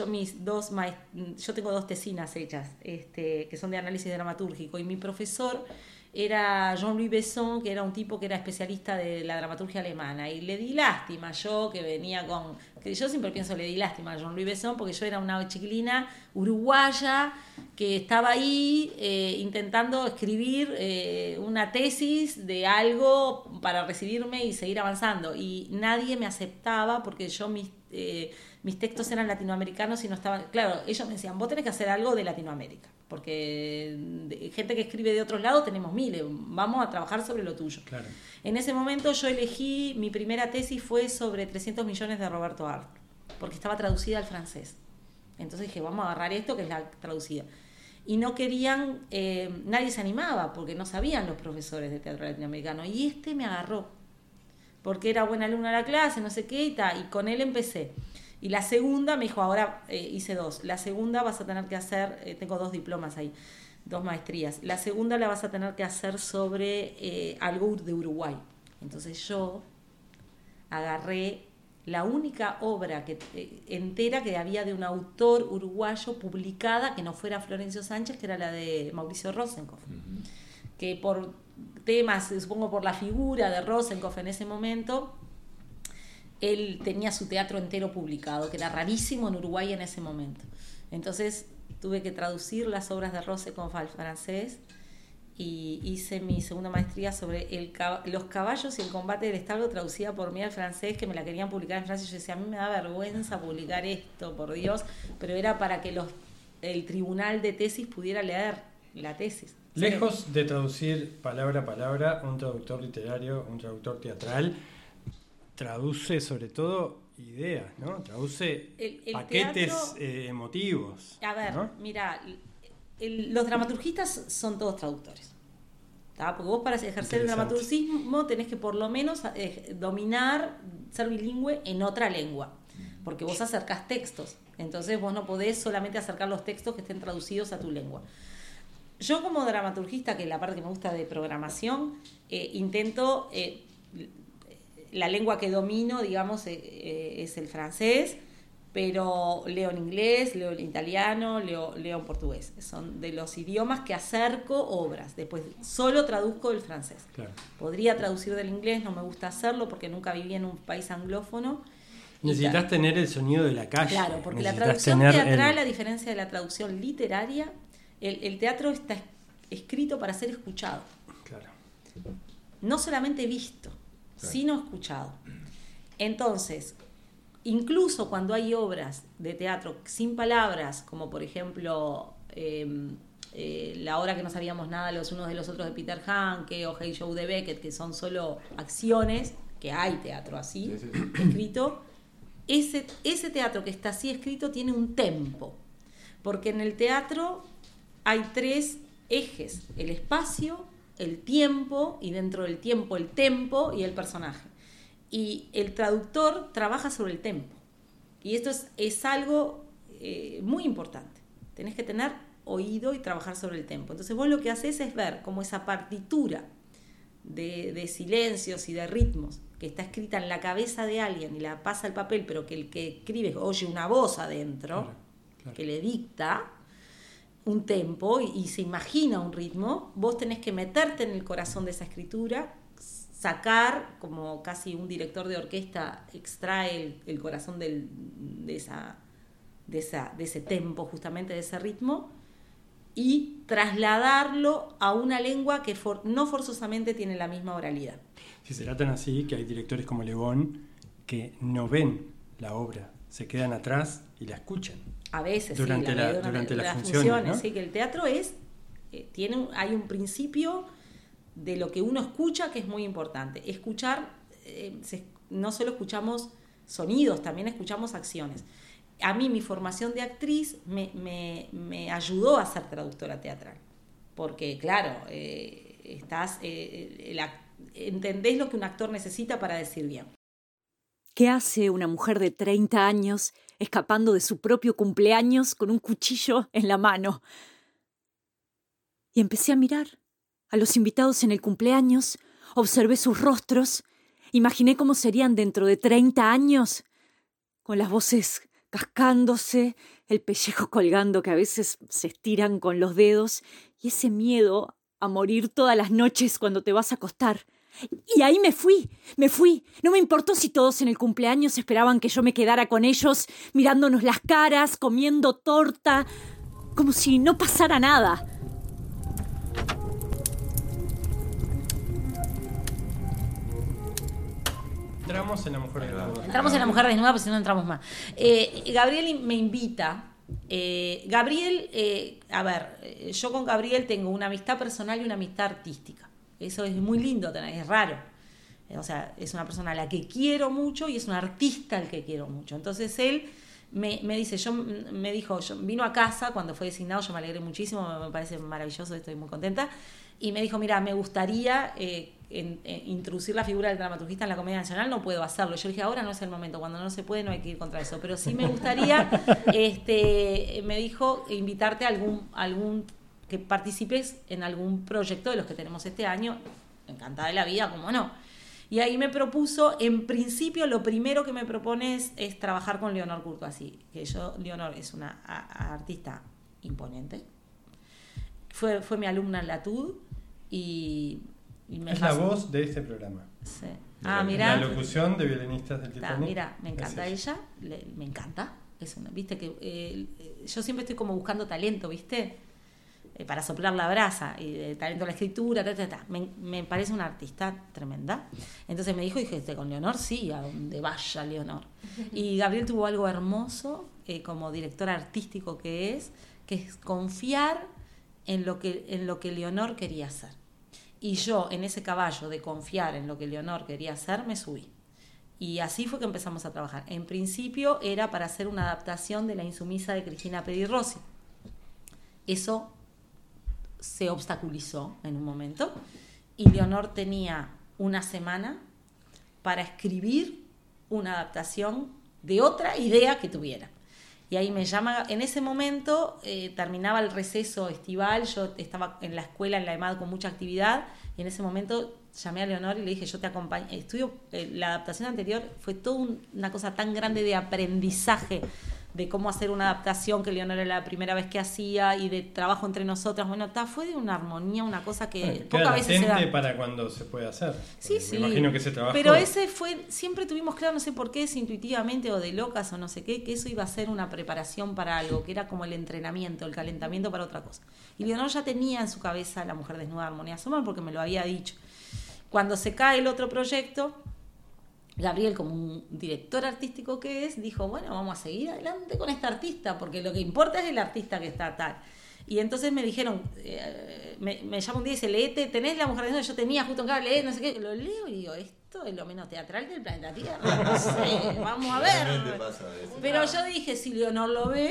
tengo 2 tesinas hechas que son de análisis dramatúrgico y mi profesor era Jean-Louis Besson, que era un tipo que era especialista de la dramaturgia alemana y le di lástima, yo que venía que yo siempre pienso le di lástima a Jean-Louis Besson porque yo era una chiquilina uruguaya que estaba ahí intentando escribir una tesis de algo para recibirme y seguir avanzando y nadie me aceptaba porque yo mis mis textos eran latinoamericanos y no estaban... Claro, ellos me decían, vos tenés que hacer algo de Latinoamérica, porque gente que escribe de otros lados tenemos miles, vamos a trabajar sobre lo tuyo. Claro. En ese momento yo elegí, mi primera tesis fue sobre 300 millones de Roberto Arlt, porque estaba traducida al francés. Entonces dije, vamos a agarrar esto que es la traducida. Y no querían, nadie se animaba, porque no sabían los profesores de teatro latinoamericano. Y me agarró, porque era buena alumna de la clase, no sé qué, y con él empecé. Y la segunda me dijo, ahora hice 2. La segunda vas a tener que hacer, tengo 2 diplomas ahí, 2 maestrías. La segunda la vas a tener que hacer sobre algo de Uruguay. Entonces yo agarré la única obra entera que había de un autor uruguayo publicada que no fuera Florencio Sánchez, que era la de Mauricio Rosenkopf. Uh-huh. Que por temas, supongo por la figura de Rosenkopf en ese momento, él tenía su teatro entero publicado, que era rarísimo en Uruguay en ese momento. Entonces tuve que traducir las obras de Rosenkopf al francés y hice mi segunda maestría sobre los caballos y el combate del establo, traducida por mí al francés, que me la querían publicar en Francia. Yo decía, a mí me da vergüenza publicar esto, por Dios, pero era para que el tribunal de tesis pudiera leer la tesis. Lejos de traducir palabra a palabra, un traductor literario, un traductor teatral, traduce sobre todo ideas, ¿no? Traduce el paquetes teatro, emotivos. A ver, ¿no? Mira, los dramaturgistas son todos traductores, ¿tá? Porque vos para ejercer el dramaturgismo tenés que por lo menos dominar, ser bilingüe en otra lengua, porque vos acercás textos, entonces vos no podés solamente acercar los textos que estén traducidos a tu lengua. Yo como dramaturgista, que es la parte que me gusta de programación, intento... la lengua que domino, digamos, es el francés, pero leo en inglés, leo en italiano, leo en portugués. Son de los idiomas que acerco obras. Después solo traduzco del francés. Claro. Podría traducir del inglés, no me gusta hacerlo porque nunca viví en un país anglófono. Necesitas tener el sonido de la calle. Claro, porque la traducción teatral, a diferencia de la traducción literaria, el teatro está escrito para ser escuchado. Claro. No solamente visto, sino escuchado. Entonces, incluso cuando hay obras de teatro sin palabras, como por ejemplo La hora que no sabíamos nada los unos de los otros de Peter Handke o Hey Joe de Beckett, que son solo acciones, que hay teatro así, escrito, ese teatro que está así escrito tiene un tempo, porque en el teatro hay 3 ejes: el espacio, el tiempo, y dentro del tiempo el tempo y el personaje. Y el traductor trabaja sobre el tempo. Y esto es algo muy importante. Tenés que tener oído y trabajar sobre el tempo. Entonces vos lo que haces es ver cómo esa partitura de silencios y de ritmos que está escrita en la cabeza de alguien y la pasa al papel, pero que el que escribe oye una voz adentro, claro. que le dicta un tempo y se imagina un ritmo. Vos tenés que meterte en el corazón de esa escritura, sacar, como casi un director de orquesta extrae el corazón de ese tempo, justamente de ese ritmo, y trasladarlo a una lengua que no forzosamente tiene la misma oralidad. Si será tan así que hay directores como Le Bon que no ven la obra, se quedan atrás y la escuchan. A veces durante las funciones, ¿no? Sí, que el teatro hay un principio de lo que uno escucha que es muy importante. Escuchar, no solo escuchamos sonidos, también escuchamos acciones. A mí mi formación de actriz me ayudó a ser traductora teatral, porque claro, entendés lo que un actor necesita para decir bien. ¿Qué hace una mujer de 30 años escapando de su propio cumpleaños con un cuchillo en la mano? Y empecé a mirar a los invitados en el cumpleaños, observé sus rostros, imaginé cómo serían dentro de 30 años, con las voces cascándose, el pellejo colgando que a veces se estiran con los dedos, y ese miedo a morir todas las noches cuando te vas a acostar. Y ahí me fui. No me importó si todos en el cumpleaños esperaban que yo me quedara con ellos, mirándonos las caras, comiendo torta, como si no pasara nada. Entramos en la mujer desnuda. Entramos en la mujer desnuda, pero si no entramos más. Gabriel me invita. Gabriel, yo con Gabriel tengo una amistad personal y una amistad artística. Eso es muy lindo, es raro. O sea, es una persona a la que quiero mucho y es un artista al que quiero mucho. Entonces él me dijo, vino a casa cuando fue designado, yo me alegré muchísimo, me parece maravilloso, estoy muy contenta. Y me dijo, mira, me gustaría introducir la figura del dramaturgista en la Comedia Nacional, no puedo hacerlo. Yo le dije, ahora no es el momento, cuando no se puede no hay que ir contra eso, pero sí me gustaría, me dijo, invitarte a algún que participes en algún proyecto de los que tenemos este año. Encantada de la vida, ¿cómo no? Y ahí me propuso, en principio, lo primero que me propone es trabajar con Leonor Courtoisie, que Leonor es una artista imponente. Fue mi alumna en la TUD y me es fascinó. la voz de este programa. Sí. Mira. La locución de Violinistas del Titanic. Mira, me encanta ella, me encanta. Viste que yo siempre estoy como buscando talento, ¿viste? Para soplar la brasa, y de talento a la escritura, Me parece una artista tremenda. Entonces me dijo, dije, con Leonor sí, a donde vaya Leonor. Y Gabriel tuvo algo hermoso, como director artístico que es confiar en lo que Leonor quería hacer. Y yo, en ese caballo de confiar en lo que Leonor quería hacer, me subí. Y así fue que empezamos a trabajar. En principio era para hacer una adaptación de La insumisa de Cristina Peri Rossi. Eso se obstaculizó en un momento y Leonor tenía una semana para escribir una adaptación de otra idea que tuviera. Y ahí me llama, en ese momento terminaba el receso estival, yo estaba en la escuela, en la EMAD, con mucha actividad, y en ese momento llamé a Leonor y le dije, yo te acompaño. La adaptación anterior fue toda una cosa tan grande de aprendizaje, de cómo hacer una adaptación, que Leonor era la primera vez que hacía, y de trabajo entre nosotras. Bueno, fue de una armonía, una cosa que pocas veces se da. Para cuando se puede hacer. Sí. Me imagino que ese trabajo... Pero ese siempre tuvimos claro, no sé por qué, si intuitivamente o de locas o no sé qué, que eso iba a ser una preparación para algo, que era como el entrenamiento, el calentamiento para otra cosa. Y Leonor ya tenía en su cabeza La mujer desnuda de Armonía Sommer, porque me lo había dicho. Cuando se cae el otro proyecto, Gabriel, como un director artístico que es, dijo, bueno, vamos a seguir adelante con esta artista, porque lo que importa es el artista que está tal. Y entonces me dijeron, me llama un día y dice, leete, ¿tenés La mujer desnuda? Yo tenía justo en casa, leé, no sé qué, lo leo y digo, esto es lo menos teatral del planeta Tierra, no sé, vamos a ver. Pero yo dije, si Leonor lo ve,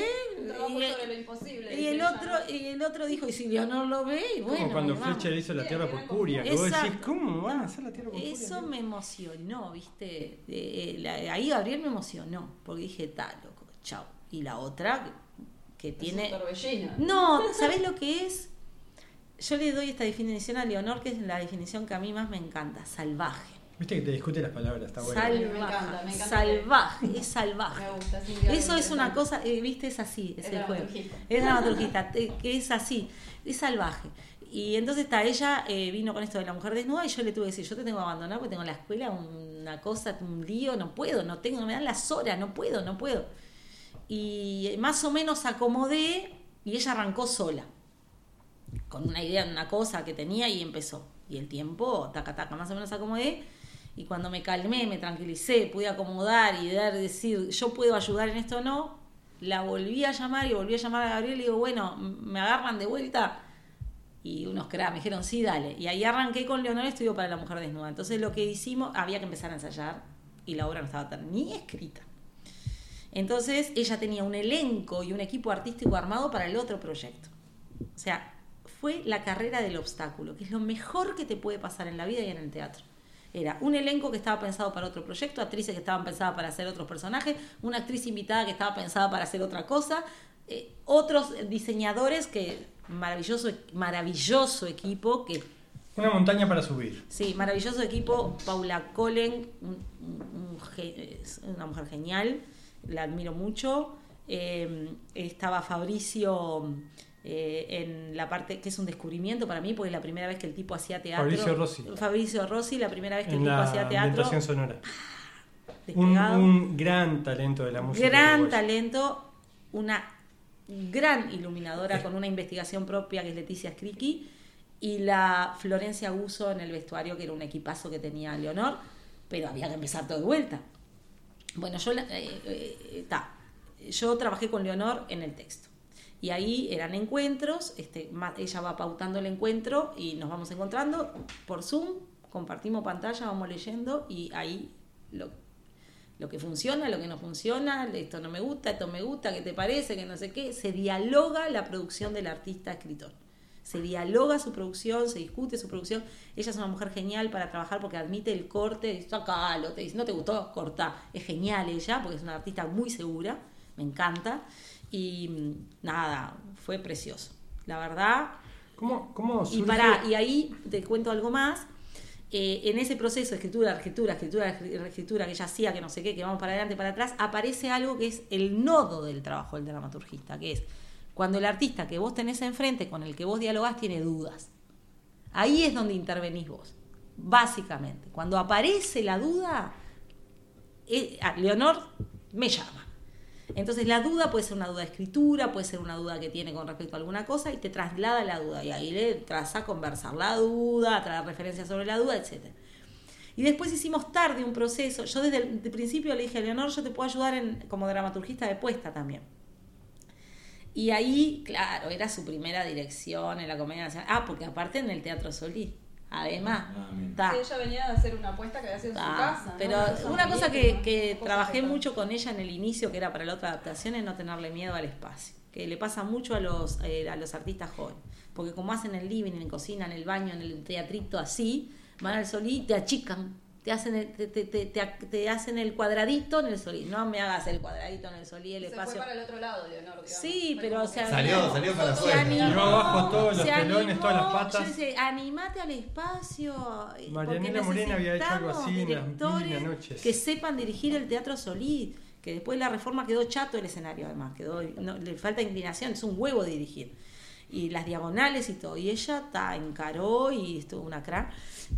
y el otro dijo, y si Leonor lo ve, y bueno. Como cuando Fletcher hizo La Tierra Purpúrea, que vos decís, ¿cómo van a hacer La Tierra Purpúrea? Eso me emocionó, ¿viste? Ahí Gabriel me emocionó, porque dije, está loco, chao. Y la otra, que tiene... No, ¿sabés lo que es? Yo le doy esta definición a Leonor, que es la definición que a mí más me encanta, salvaje. Viste que te discute las palabras, está bueno. Salvaje, me encanta salvaje, es salvaje. Me gusta, eso es una cosa, viste, es así, es el juego. Es dramaturgista, que es así, es salvaje. Y entonces ella vino con esto de La mujer desnuda y yo le tuve que decir, yo te tengo que abandonar porque tengo en la escuela una cosa, un lío, no puedo, no me dan las horas, no puedo. Y más o menos acomodé y ella arrancó sola, con una idea, una cosa que tenía y empezó. Y el tiempo, taca, más o menos acomodé. Y cuando me calmé, me tranquilicé, pude acomodar y decir, yo puedo ayudar en esto o no, la volví a llamar a Gabriel y digo, bueno, me agarran de vuelta. Y unos cracks me dijeron, sí, dale. Y ahí arranqué con Leonor Estudio para La mujer desnuda. Entonces lo que hicimos, había que empezar a ensayar y la obra no estaba ni escrita. Entonces ella tenía un elenco y un equipo artístico armado para el otro proyecto. O sea, fue la carrera del obstáculo, que es lo mejor que te puede pasar en la vida y en el teatro. Era un elenco que estaba pensado para otro proyecto, actrices que estaban pensadas para hacer otros personajes, una actriz invitada que estaba pensada para hacer otra cosa, otros diseñadores que maravilloso equipo que una montaña para subir. Sí, maravilloso equipo. Paula Collen, una mujer genial, la admiro mucho. Estaba Fabricio en la parte que es un descubrimiento para mí, porque es la primera vez que el tipo hacía teatro. Fabricio Rossi, la primera vez que el tipo hacía teatro. Ambientación sonora. Despegado. Un gran talento de la música. Gran talento, una gran iluminadora con una investigación propia que es Leticia Scricchi, y la Florencia Guzzo en el vestuario, que era un equipazo que tenía Leonor. pero había que empezar todo de vuelta. Bueno, yo trabajé con Leonor en el texto. Y ahí eran encuentros, ella va pautando el encuentro y nos vamos encontrando por Zoom, compartimos pantalla, vamos leyendo y ahí lo que funciona, lo que no funciona, esto no me gusta, esto me gusta, ¿qué te parece? Que no sé qué. Se dialoga la producción del artista-escritor. Se dialoga su producción, se discute su producción. Ella es una mujer genial para trabajar porque admite el corte, dice, sacalo, te dice, no te gustó, cortá. Es genial ella porque es una artista muy segura, me encanta. Y nada, fue precioso. La verdad. ¿Cómo surge? Y ahí te cuento algo más. En ese proceso de escritura que ella hacía, que no sé qué, que vamos para adelante, para atrás, aparece algo que es el nodo del trabajo del dramaturgista, que es cuando el artista que vos tenés enfrente, con el que vos dialogás, tiene dudas. Ahí es donde intervenís vos, básicamente. Cuando aparece la duda, Leonor me llama. Entonces la duda puede ser una duda de escritura, puede ser una duda que tiene con respecto a alguna cosa y te traslada la duda y ahí le traza a conversar la duda, a traer referencias sobre la duda, etc. Y después hicimos tarde un proceso. Yo desde el principio le dije a Leonor, yo te puedo ayudar como dramaturgista de puesta también. Y ahí, claro, era su primera dirección en la Comedia Nacional. Porque aparte en el Teatro Solís. Además, sí, ella venía de hacer una apuesta que había sido en su casa, pero ¿no? una cosa que trabajé mucho con ella en el inicio, que era para la otra adaptación, es no tenerle miedo al espacio, que le pasa mucho a los artistas jóvenes, porque como hacen en el living, en la cocina, en el baño, en el teatrito así, van al Solí, te achican, te hacen el cuadradito en el Solí. No me hagas el cuadradito en el Solí, el espacio. Se fue para el otro lado, Leonor, digamos. Sí, pero o sea, salió para afuera. Tiró abajo todos los telones, todas las patas. Yo decía, animate al espacio. Marianela Morena había hecho algo así en las Mil Noches. Que sepan dirigir el Teatro Solís, que después de la reforma quedó chato el escenario, además, le falta inclinación, es un huevo dirigir. Y las diagonales y todo. Y ella encaró y estuvo una crack.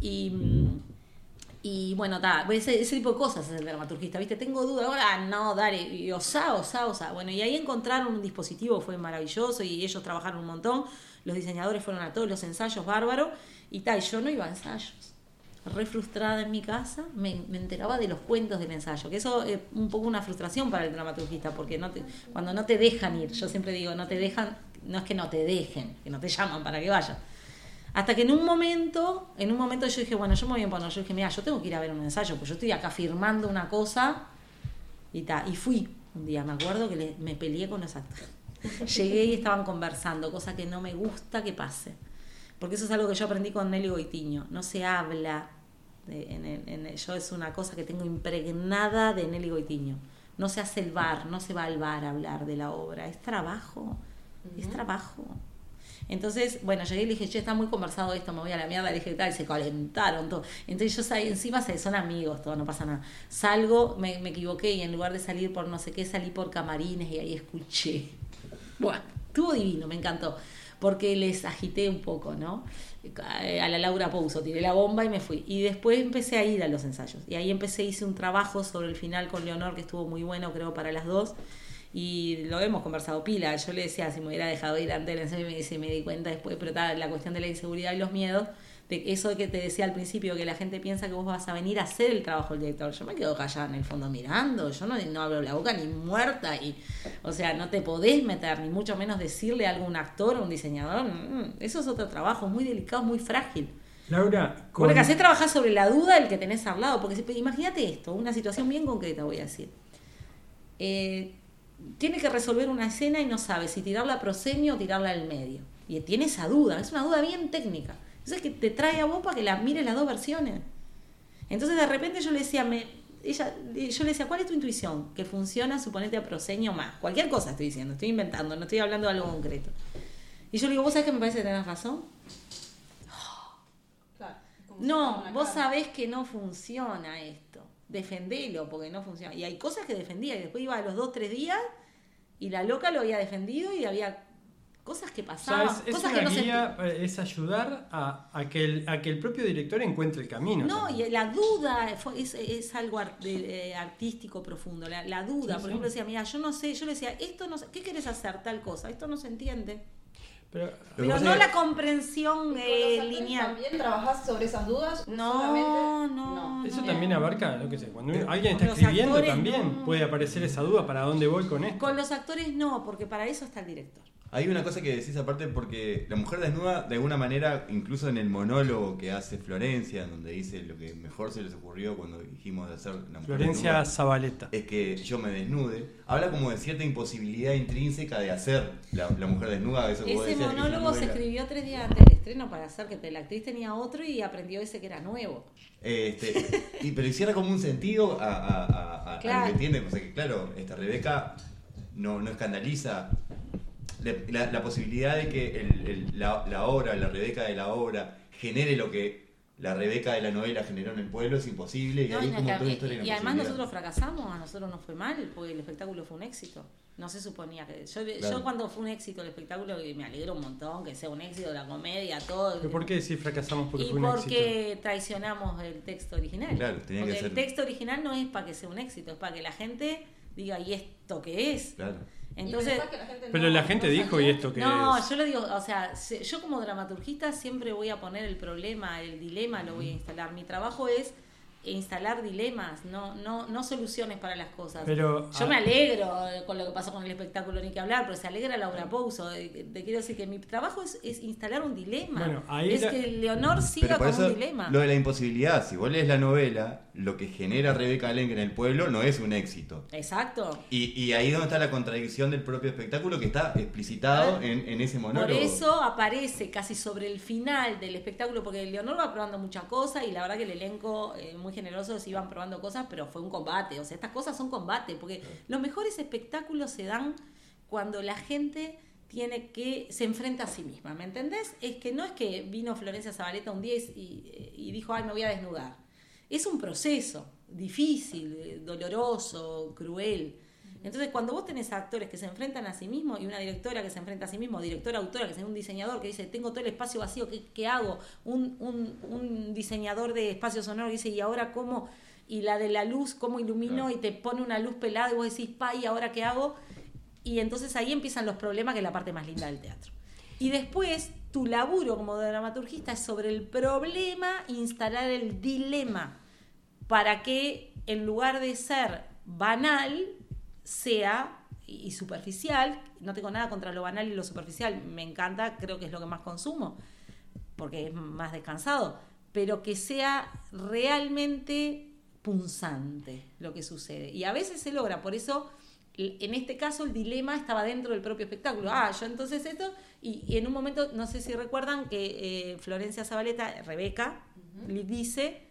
Y bueno, ese tipo de cosas es el dramaturgista, ¿viste? Tengo dudas, ahora no, dale, y osá. Bueno, y ahí encontraron un dispositivo, fue maravilloso, y ellos trabajaron un montón, los diseñadores fueron a todos los ensayos, bárbaro, y yo no iba a ensayos. Re frustrada en mi casa, me enteraba de los cuentos del ensayo, que eso es un poco una frustración para el dramaturgista, porque cuando no te dejan ir, yo siempre digo, no te dejan, no es que no te dejen, que no te llaman para que vayas. Hasta que en un momento yo dije, bueno, yo me voy a imponer. Yo dije, mira, yo tengo que ir a ver un ensayo, pues yo estoy acá firmando una cosa y fui un día, me acuerdo que me peleé con los actores. Llegué y estaban conversando, cosa que no me gusta que pase. Porque eso es algo que yo aprendí con Nelly Goitiño. No se habla, yo es una cosa que tengo impregnada de Nelly Goitiño. No se hace el bar, no se va al bar a hablar de la obra. Es trabajo, es trabajo. Entonces, bueno, llegué y le dije, che, está muy conversado esto, me voy a la mierda, le dije, tal, y se calentaron todo. Entonces yo encima son amigos, todo, no pasa nada. Salgo, me equivoqué y en lugar de salir por no sé qué, salí por camarines y ahí escuché. Bueno, estuvo divino, me encantó, porque les agité un poco, ¿no? A la Laura Pouso, tiré la bomba y me fui. Y después empecé a ir a los ensayos. Y ahí hice un trabajo sobre el final con Leonor, que estuvo muy bueno, creo, para las dos. Y lo hemos conversado pila. Yo le decía si me hubiera dejado ir antes del ensayo, me di cuenta después, pero la cuestión de la inseguridad y los miedos, de eso que te decía al principio, que la gente piensa que vos vas a venir a hacer el trabajo del director. Yo me quedo callada en el fondo mirando, yo no abro la boca ni muerta, o sea, no te podés meter, ni mucho menos decirle a algún actor o un diseñador. Eso es otro trabajo muy delicado, muy frágil. Laura, Lo que hacés es trabajar sobre la duda del que tenés al lado, porque imagínate esto, una situación bien concreta, voy a decir. Tiene que resolver una escena y no sabe si tirarla a proscenio o tirarla al medio. Y tiene esa duda, es una duda bien técnica. Entonces que te trae a vos para que la mires las dos versiones. Entonces de repente yo le decía, ¿cuál es tu intuición? Que funciona, suponete a proscenio más. Cualquier cosa estoy diciendo, estoy inventando, no estoy hablando de algo concreto. Y yo le digo, ¿vos sabés que me parece que tenés razón? Claro, no, vos sabés que no funciona esto. Defendelo porque no funciona. Y hay cosas que defendía y después iba a los 2-3 días y la loca lo había defendido y había cosas que pasaban. O sea, cosas una que no guía, es ayudar a que el propio director encuentre el camino. No, también. y la duda es algo artístico profundo. La duda, Sí, por ejemplo, decía, mira, yo no sé, yo le decía, esto no sé, ¿qué querés hacer? Tal cosa, esto no se entiende. Pero Pero pasa no es que- la comprensión ¿Y con los actores lineal. ¿También trabajás sobre esas dudas? No, Solamente- no. eso también abarca, lo que sé, cuando alguien Con está los escribiendo actores, también no. puede aparecer esa duda para dónde voy con esto. Con los actores no, porque para eso está el director. Hay una cosa que decís aparte porque la mujer desnuda, de alguna manera, incluso en el monólogo que hace Florencia, donde dice lo que mejor se les ocurrió cuando dijimos de hacer la mujer Florencia desnuda, Zabaleta. es que yo me desnude, habla como de cierta imposibilidad intrínseca de hacer la mujer desnuda. Eso que vos Ese decías, que es una monólogo se novela. escribió 3 días antes del estreno para hacer que la actriz tenía otro y aprendió ese que era nuevo. Pero hiciera como un sentido a Claro. lo que entiende, o sea que claro, Rebeca no escandaliza la posibilidad de que la obra, la Rebeca de la obra, genere lo que la Rebeca de la novela generó en el pueblo, es imposible. Y, No, hay y, como toda una historia de y además imposibilidad. nosotros fracasamos, a nosotros nos fue mal, porque el espectáculo fue un éxito. No se suponía que... Claro. Yo cuando fue un éxito el espectáculo, y me alegro un montón que sea un éxito, la comedia, todo. ¿Pero por qué decís fracasamos porque Y fue un éxito? porque traicionamos el texto original. Claro, tenía porque que el ser- texto original no es para que sea un éxito, es para que la gente diga, ¿y esto qué es? Claro. Entonces, ¿Y pensás que la gente Pero no- la gente no dijo, sabía? ¿y esto qué no, es? yo lo digo, o sea, yo como dramaturgista siempre voy a poner el problema, el dilema lo voy a instalar. Mi trabajo es instalar dilemas, no soluciones para las cosas. Pero, Yo me alegro con lo que pasó con el espectáculo, ni que hablar, pero se alegra Laura Pouso. Te quiero decir que mi trabajo es instalar un dilema. Bueno, ahí es la- que Leonor siga Pero por con un eso, dilema. lo de la imposibilidad, si vos lees la novela, lo que genera Rebeca Lenk en el pueblo no es un éxito. Exacto. Y ahí es donde está la contradicción del propio espectáculo que está explicitado en ese monólogo. Por eso aparece casi sobre el final del espectáculo, porque Leonor va probando muchas cosas y la verdad que el elenco muy generosos iban probando cosas, pero fue un combate. O sea, estas cosas son combate, porque los mejores espectáculos se dan cuando la gente se enfrenta a sí misma, ¿me entendés? Es que no es que vino Florencia Zabaleta un día y dijo, ay, me voy a desnudar. Es un proceso difícil, doloroso, cruel. Entonces, cuando vos tenés actores que se enfrentan a sí mismos y una directora que se enfrenta a sí mismo, directora, autora, que es un diseñador que dice, tengo todo el espacio vacío, ¿qué hago? Un diseñador de espacio sonoro que dice, ¿y ahora cómo? Y la de la luz, ¿cómo ilumino? Claro. Y te pone una luz pelada y vos decís, ¿y ahora qué hago? Y entonces ahí empiezan los problemas, que es la parte más linda del teatro. Y después, tu laburo como dramaturgista es sobre el problema, instalar el dilema, para que en lugar de ser banal, sea y superficial. No tengo nada contra lo banal y lo superficial, me encanta, creo que es lo que más consumo, porque es más descansado, pero que sea realmente punzante lo que sucede. Y a veces se logra, por eso en este caso el dilema estaba dentro del propio espectáculo. Yo entonces esto, y en un momento, no sé si recuerdan que Florencia Zabaleta, Rebeca, le dice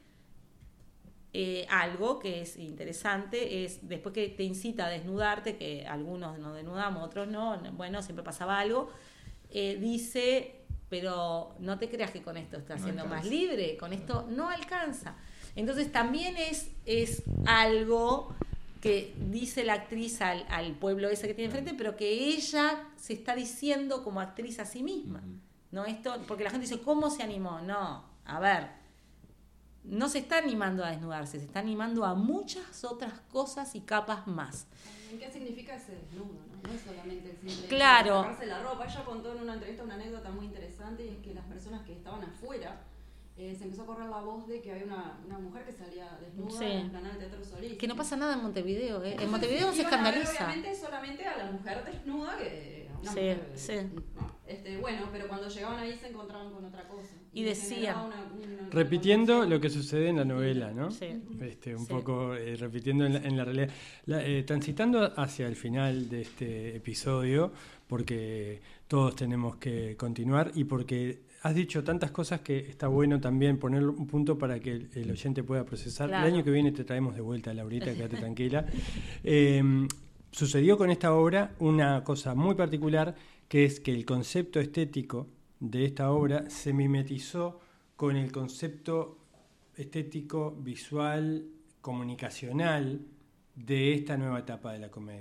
algo que es interesante, es después que te incita a desnudarte, que algunos nos desnudamos, otros no, bueno, siempre pasaba algo, dice, pero no te creas que con esto estás No siendo alcanza. más libre, con esto no alcanza. Entonces también es algo que dice la actriz al pueblo ese que tiene enfrente, pero que ella se está diciendo como actriz a sí misma. No esto, porque la gente dice, ¿cómo se animó? No, a ver, no se está animando a desnudarse, se está animando a muchas otras cosas y capas más. ¿Qué significa ese desnudo? No es solamente el simple hecho Claro. de sacarse la ropa. Ella contó en una entrevista una anécdota muy interesante, y es que las personas que estaban afuera se empezó a correr la voz de que había una mujer que salía desnuda Sí. en el canal Teatro Solís. Que no pasa nada en Montevideo, ¿eh? En Entonces, Montevideo se iban a ver, escandaliza. obviamente solamente a la mujer desnuda, que una Sí, mujer, sí. ¿no? Bueno, pero cuando llegaban ahí se encontraban con otra cosa. Y les decían, generaba una Repitiendo confusión. lo que sucede en la novela, ¿no? Sí. Un Sí. poco repitiendo en la realidad. Transitando hacia el final de este episodio, porque todos tenemos que continuar y porque has dicho tantas cosas que está bueno también poner un punto para que el oyente pueda procesar. Claro. El año que viene te traemos de vuelta, Laurita, quédate tranquila. Sucedió con esta obra una cosa muy particular, que es que el concepto estético de esta obra se mimetizó con el concepto estético, visual, comunicacional de esta nueva etapa de la comedia.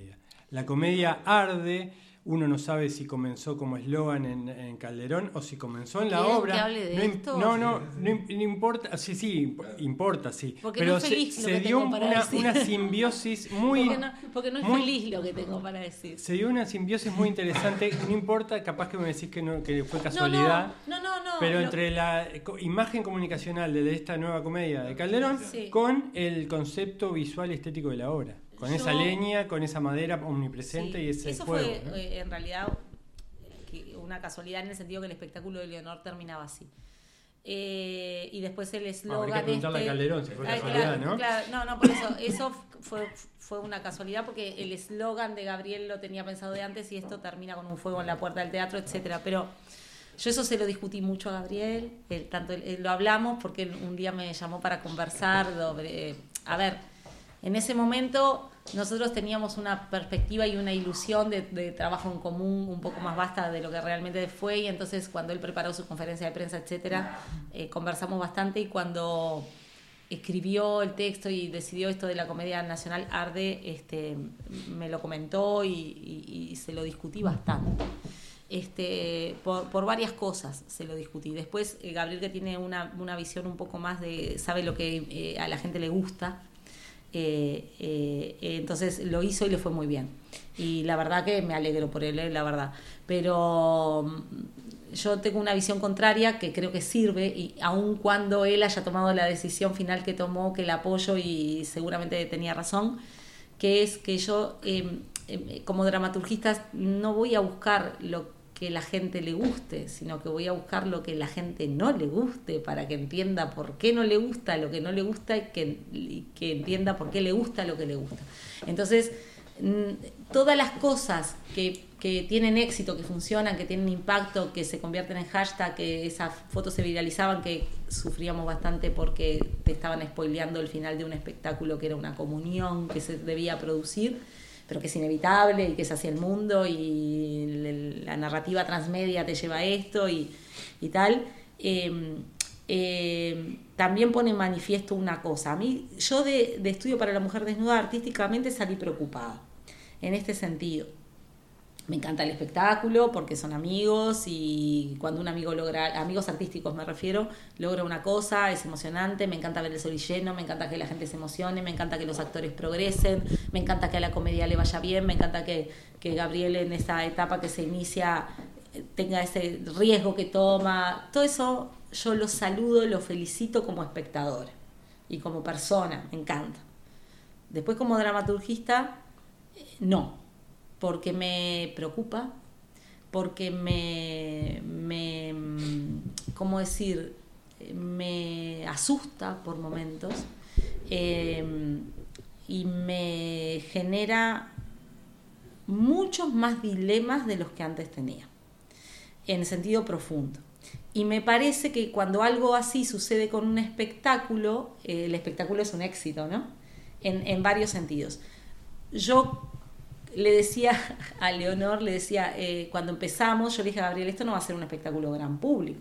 La comedia arde. Uno no sabe si comenzó como eslogan en Calderón o si comenzó en la ¿Quieren obra. que hable de esto? No importa. Sí, importa, sí. Porque pero no es feliz lo se que dio tengo para decir. una simbiosis muy... Porque no es muy- feliz lo que tengo para decir. Se dio una simbiosis muy interesante. No importa, capaz que me decís que fue casualidad. No. Pero entre la imagen comunicacional de esta nueva comedia de Calderón Sí. con el concepto visual y estético de la obra. Con esa leña, con esa madera omnipresente Sí, y ese eso fuego. fue ¿no? en realidad una casualidad en el sentido que el espectáculo de Leonor terminaba así. Y después el eslogan habría que preguntarle a Calderón si fue casualidad, ¿no? Claro, no, por eso fue una casualidad porque el eslogan de Gabriel lo tenía pensado de antes y esto termina con un fuego en la puerta del teatro, etcétera. Pero yo eso se lo discutí mucho a Gabriel, lo hablamos porque un día me llamó para conversar sobre... a ver, en ese momento nosotros teníamos una perspectiva y una ilusión de trabajo en común un poco más vasta de lo que realmente fue, y entonces cuando él preparó su conferencia de prensa, etcétera, conversamos bastante, y cuando escribió el texto y decidió esto de la Comedia Nacional Arde, me lo comentó y se lo discutí bastante. Por varias cosas se lo discutí. Después Gabriel, que tiene una visión un poco más sabe lo que a la gente le gusta, entonces lo hizo y le fue muy bien, y la verdad que me alegro por él, la verdad, pero yo tengo una visión contraria que creo que sirve, y aun cuando él haya tomado la decisión final que tomó, que la apoyo y seguramente tenía razón, que es que yo como dramaturgista no voy a buscar lo que la gente le guste, sino que voy a buscar lo que la gente no le guste, para que entienda por qué no le gusta lo que no le gusta, y que entienda por qué le gusta lo que le gusta. Entonces, todas las cosas que tienen éxito, que funcionan, que tienen impacto, que se convierten en hashtag, que esas fotos se viralizaban, que sufríamos bastante porque te estaban spoileando el final de un espectáculo que era una comunión que se debía producir, pero que es inevitable y que es hacia el mundo, y la narrativa transmedia te lleva a esto y tal. También pone en manifiesto una cosa. A mí, yo de Estudio para la Mujer Desnuda artísticamente salí preocupada en este sentido. Me encanta el espectáculo porque son amigos, y cuando un amigo logra, amigos artísticos me refiero, logra una cosa, es emocionante. Me encanta ver el sol lleno, me encanta que la gente se emocione, me encanta que los actores progresen, me encanta que a la comedia le vaya bien, me encanta que Gabriel en esa etapa que se inicia tenga ese riesgo que toma. Todo eso yo lo saludo, lo felicito como espectadora y como persona, me encanta. Después como dramaturgista, no, porque me preocupa, porque ¿cómo decir? Me asusta por momentos, y me genera muchos más dilemas de los que antes tenía, en sentido profundo. Y me parece que cuando algo así sucede con un espectáculo, el espectáculo es un éxito, ¿no? En varios sentidos. Yo le decía a Leonor, cuando empezamos, yo le dije a Gabriel, esto no va a ser un espectáculo gran público.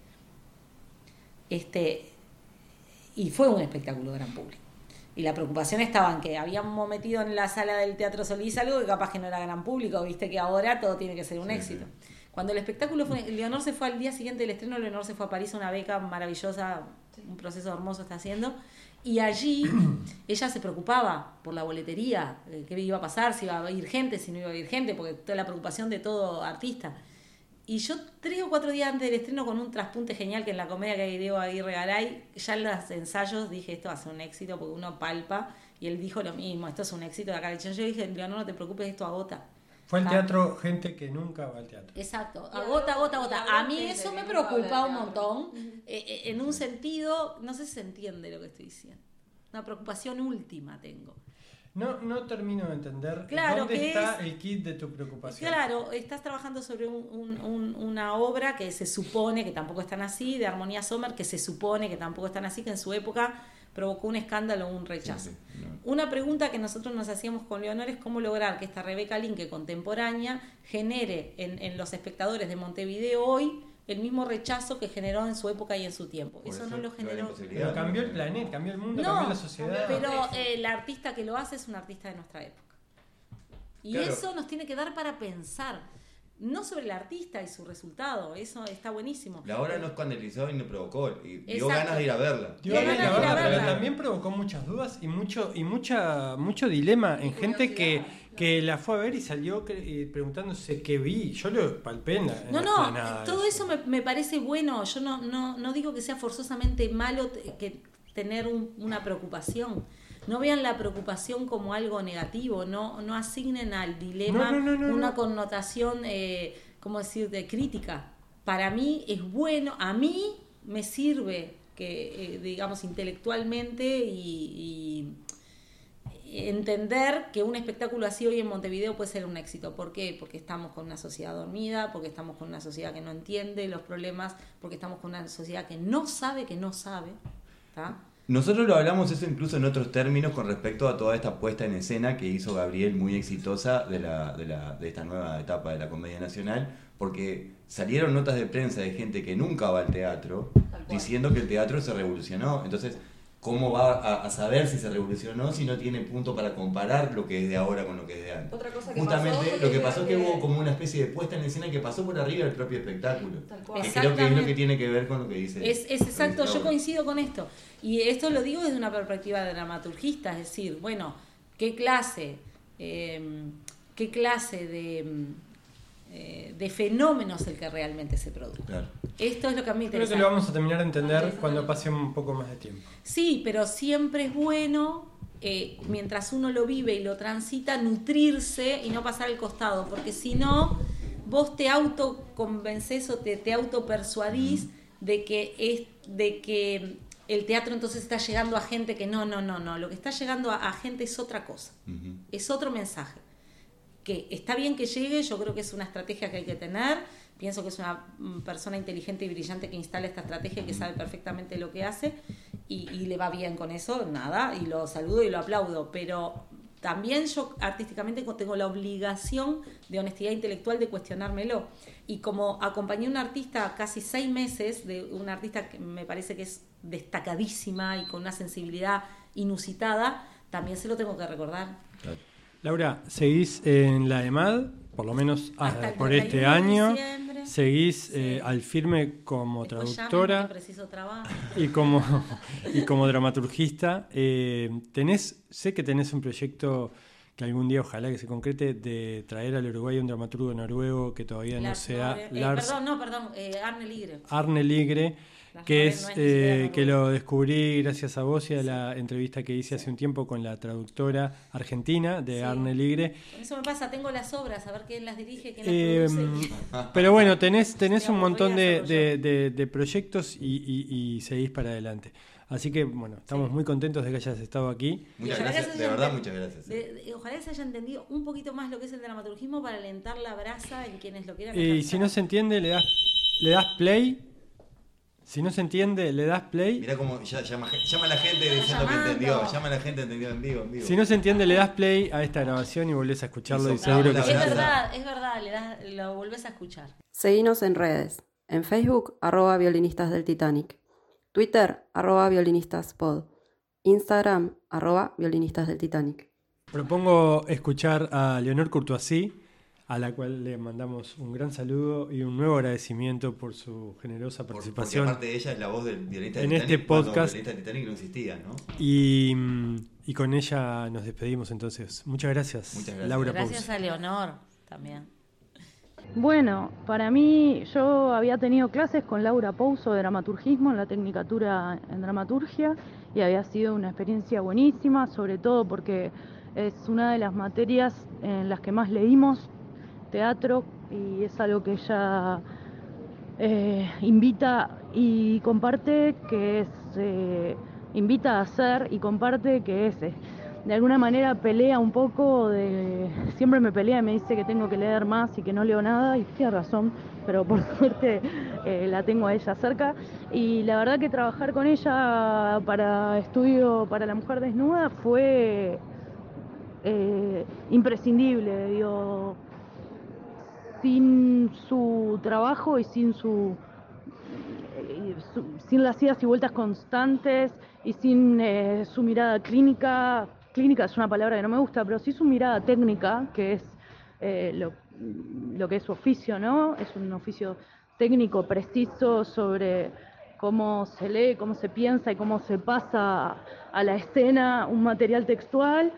Y fue un espectáculo gran público. Y la preocupación estaba en que habíamos metido en la sala del Teatro Solís algo que capaz que no era gran público, viste que ahora todo tiene que ser un éxito. Sí. Cuando el espectáculo Leonor se fue al día siguiente del estreno, Leonor se fue a París a una beca maravillosa, un proceso hermoso está haciendo, y allí ella se preocupaba por la boletería, qué iba a pasar, si iba a ir gente, si no iba a ir gente, porque toda la preocupación de todo artista. Y yo 3 o 4 días antes del estreno, con un traspunte genial que en la comedia que hay Diego Aguirre Garay, ya en los ensayos dije, esto va a ser un éxito, porque uno palpa, y él dijo lo mismo, esto es un éxito de acá. Yo dije, Leonor, no te preocupes, esto agota. Fue el teatro, gente que nunca va al teatro. Exacto, agota. A mí eso me preocupa un montón, en un sentido, no sé si se entiende lo que estoy diciendo. Una preocupación última tengo. No termino de entender dónde está el kit de tu preocupación. Claro, estás trabajando sobre una obra que se supone que tampoco es tan así, de Armonía Sommer, que se supone que tampoco es tan así, que en su época provocó un escándalo o un rechazo. Sí. Una pregunta que nosotros nos hacíamos con Leonor es cómo lograr que esta Rebeca Linke contemporánea genere en los espectadores de Montevideo hoy el mismo rechazo que generó en su época y en su tiempo. Eso no lo generó. Pero cambió el planeta, cambió el mundo, cambió la sociedad. Pero el artista que lo hace es un artista de nuestra época. Y Claro. eso nos tiene que dar para pensar, no sobre el artista y su resultado, eso está buenísimo. La obra no escandalizó y no provocó, y dio Exacto. ganas de ir a verla. Dio Qué ganas de ganas de ir a verla, pero verla. también provocó muchas dudas y mucho dilema en gente que la fue a ver y salió preguntándose qué vi. Yo lo palpé en la explanada. Todo eso me parece bueno. Yo no digo que sea forzosamente malo que tener una preocupación. No vean la preocupación como algo negativo, no asignen al dilema una connotación, ¿cómo decir?, de crítica. Para mí es bueno, a mí me sirve que, digamos, intelectualmente y entender que un espectáculo así hoy en Montevideo puede ser un éxito. ¿Por qué? Porque estamos con una sociedad dormida, porque estamos con una sociedad que no entiende los problemas, porque estamos con una sociedad que no sabe, ¿tá? Nosotros lo hablamos eso incluso en otros términos con respecto a toda esta puesta en escena que hizo Gabriel, muy exitosa, de esta nueva etapa de la Comedia Nacional, porque salieron notas de prensa de gente que nunca va al teatro diciendo que el teatro se revolucionó. Entonces, ¿cómo va a saber si se revolucionó si no tiene punto para comparar lo que es de ahora con lo que es de antes? Otra cosa que Justamente pasó fue lo que que pasó es que durante- hubo como una especie de puesta en escena que pasó por arriba del propio espectáculo. Tal cual. Que creo que es lo Exactamente. que tiene que ver con lo que dice. Es exacto, yo Laura. coincido con esto. Y esto lo digo desde una perspectiva de dramaturgista, es decir, bueno, ¿qué clase de fenómeno es el que realmente se produce? Claro. Esto es lo que a mí me Creo interesa. que lo vamos a terminar de entender cuando pase un poco más de tiempo. Sí, pero siempre es bueno, mientras uno lo vive y lo transita, nutrirse y no pasar al costado, porque si no, vos te autoconvencés o te autopersuadís de que el teatro entonces está llegando a gente que no, lo que está llegando a gente es otra cosa, Ujú. es otro mensaje. Que está bien que llegue, yo creo que es una estrategia que hay que tener, pienso que es una persona inteligente y brillante que instala esta estrategia y que sabe perfectamente lo que hace y le va bien con eso, nada, y lo saludo y lo aplaudo, pero también yo artísticamente tengo la obligación de honestidad intelectual de cuestionármelo, y como acompañé a un artista casi 6 meses, de una artista que me parece que es destacadísima y con una sensibilidad inusitada, también se lo tengo que recordar. Laura, seguís en la EMAD, por lo menos Hasta el por 31 este de año. diciembre. Seguís Sí. al firme como Después llámenme, traductora que preciso trabajo. y como dramaturgista. Sé que tenés un proyecto que algún día ojalá que se concrete de traer al Uruguay a un dramaturgo noruego que todavía no sea Arne Ligre. Arne Ligre, Lars que Noren es no es ni siquiera que noruego. lo descubrí gracias a vos y a la entrevista que hice hace un tiempo con la traductora argentina de Sí. Arne Ligre. Eso me pasa, tengo las obras, a ver quién las dirige, quién las produce. Pero bueno, tenés Digamos, un montón voy a hacerlo de proyectos y seguís para adelante. Así que bueno, estamos muy contentos de que hayas estado aquí. Muchas Ojalá gracias, que se de haya verdad, enten- muchas gracias. Ojalá que se haya entendido un poquito más lo que es el dramaturgismo para alentar la brasa en quienes lo quieran Y si ejercer. no se entiende, le das play. Si no se entiende, le das play. Mirá cómo llama a la gente diciendo que llamando. entendió. Llama a la gente entendió en vivo. Si no se entiende, le das play a esta grabación y volvés a escucharlo y Eso. seguro que Es se Es entiende. verdad, lo volvés a escuchar. Seguinos en redes. En Facebook, @violinistas del Titanic. Twitter, @violinistas_pod. Instagram, @violinistas del Titanic. Propongo escuchar a Leonor Courtoisí, a la cual le mandamos un gran saludo y un nuevo agradecimiento por su generosa Porque participación. aparte de ella es la voz del violinista En del este Titanic, cuando podcast. el violinista del Titanic no existía, ¿no? Y con ella nos despedimos entonces. Muchas gracias, Muchas gracias. Laura Gracias Pous. a Leonor también. Bueno, para mí, yo había tenido clases con Laura Pouso de dramaturgismo en la Tecnicatura en Dramaturgia y había sido una experiencia buenísima, sobre todo porque es una de las materias en las que más leímos teatro y es algo que ella invita y comparte, que es invita a hacer y comparte, que es de alguna manera pelea un poco siempre me pelea y me dice que tengo que leer más y que no leo nada, y tiene razón, pero por suerte la tengo a ella cerca, y la verdad que trabajar con ella para estudio para la mujer desnuda fue imprescindible, digo, sin su trabajo y sin sin las idas y vueltas constantes y sin su mirada clínica, clínica es una palabra que no me gusta, pero sí su mirada técnica, que es lo que es su oficio, ¿no? Es un oficio técnico preciso sobre cómo se lee, cómo se piensa y cómo se pasa a la escena un material textual.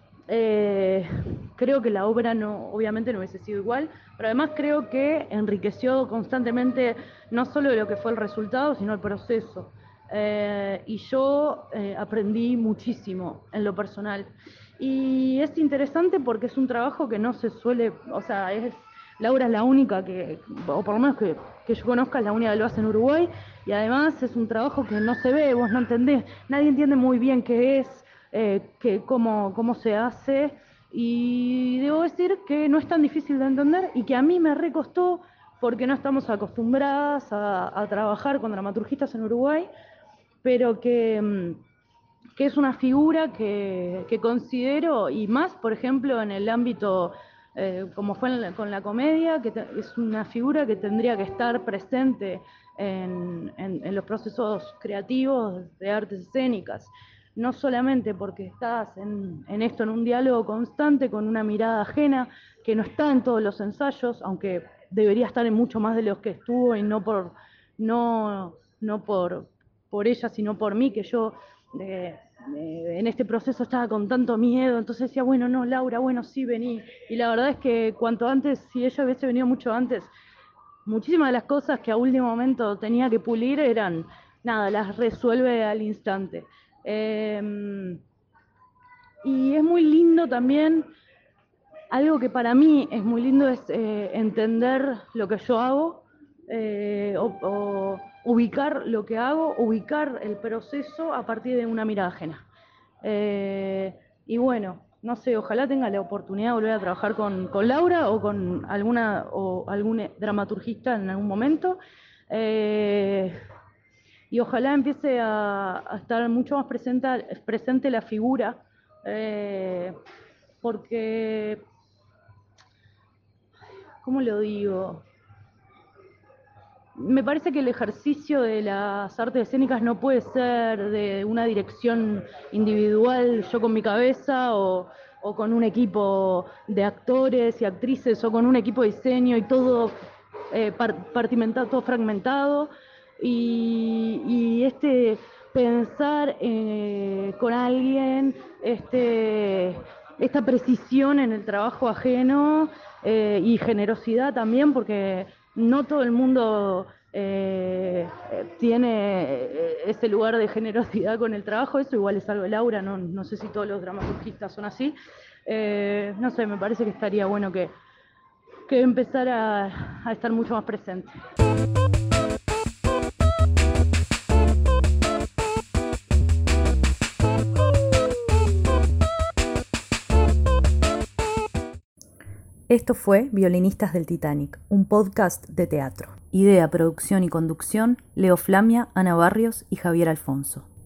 Creo que la obra obviamente no hubiese sido igual, pero además creo que enriqueció constantemente no solo lo que fue el resultado, sino el proceso. Y yo aprendí muchísimo en lo personal. Y es interesante porque es un trabajo que no se suele, o sea, Laura es la única o por lo menos que yo conozca, es la única que lo hace en Uruguay, y además es un trabajo que no se ve, vos no entendés, nadie entiende muy bien qué es, cómo se hace, y debo decir que no es tan difícil de entender y que a mí me recostó porque no estamos acostumbradas a trabajar con dramaturgistas en Uruguay, pero que es una figura que considero, y más, por ejemplo, en el ámbito, como fue con la comedia, es una figura que tendría que estar presente en los procesos creativos de artes escénicas, no solamente porque estás en esto, en un diálogo constante, con una mirada ajena, que no está en todos los ensayos, aunque debería estar en mucho más de los que estuvo, y no por ella, sino por mí, que yo en este proceso estaba con tanto miedo, entonces decía, bueno, no, Laura, bueno, sí, vení. Y la verdad es que cuanto antes, si ella hubiese venido mucho antes, muchísimas de las cosas que a último momento tenía que pulir nada, las resuelve al instante. Y es muy lindo también, algo que para mí es muy lindo es entender lo que yo hago, o ubicar lo que hago, ubicar el proceso a partir de una mirada ajena. Y bueno, no sé, ojalá tenga la oportunidad de volver a trabajar con Laura o con algún dramaturgista en algún momento. Y ojalá empiece a estar mucho más presente la figura, porque, ¿cómo lo digo? Me parece que el ejercicio de las artes escénicas no puede ser de una dirección individual, yo con mi cabeza, o con un equipo de actores y actrices, o con un equipo de diseño y todo partimentado, todo fragmentado. Y pensar con alguien, esta precisión en el trabajo ajeno, y generosidad también, porque no todo el mundo tiene ese lugar de generosidad con el trabajo. Eso igual es algo de Laura, no sé si todos los dramaturgistas son así. No sé, me parece que estaría bueno que empezara a estar mucho más presente. Esto fue Violinistas del Titanic, un podcast de teatro. Idea, producción y conducción, Leo Flamia, Ana Barrios y Javier Alfonso.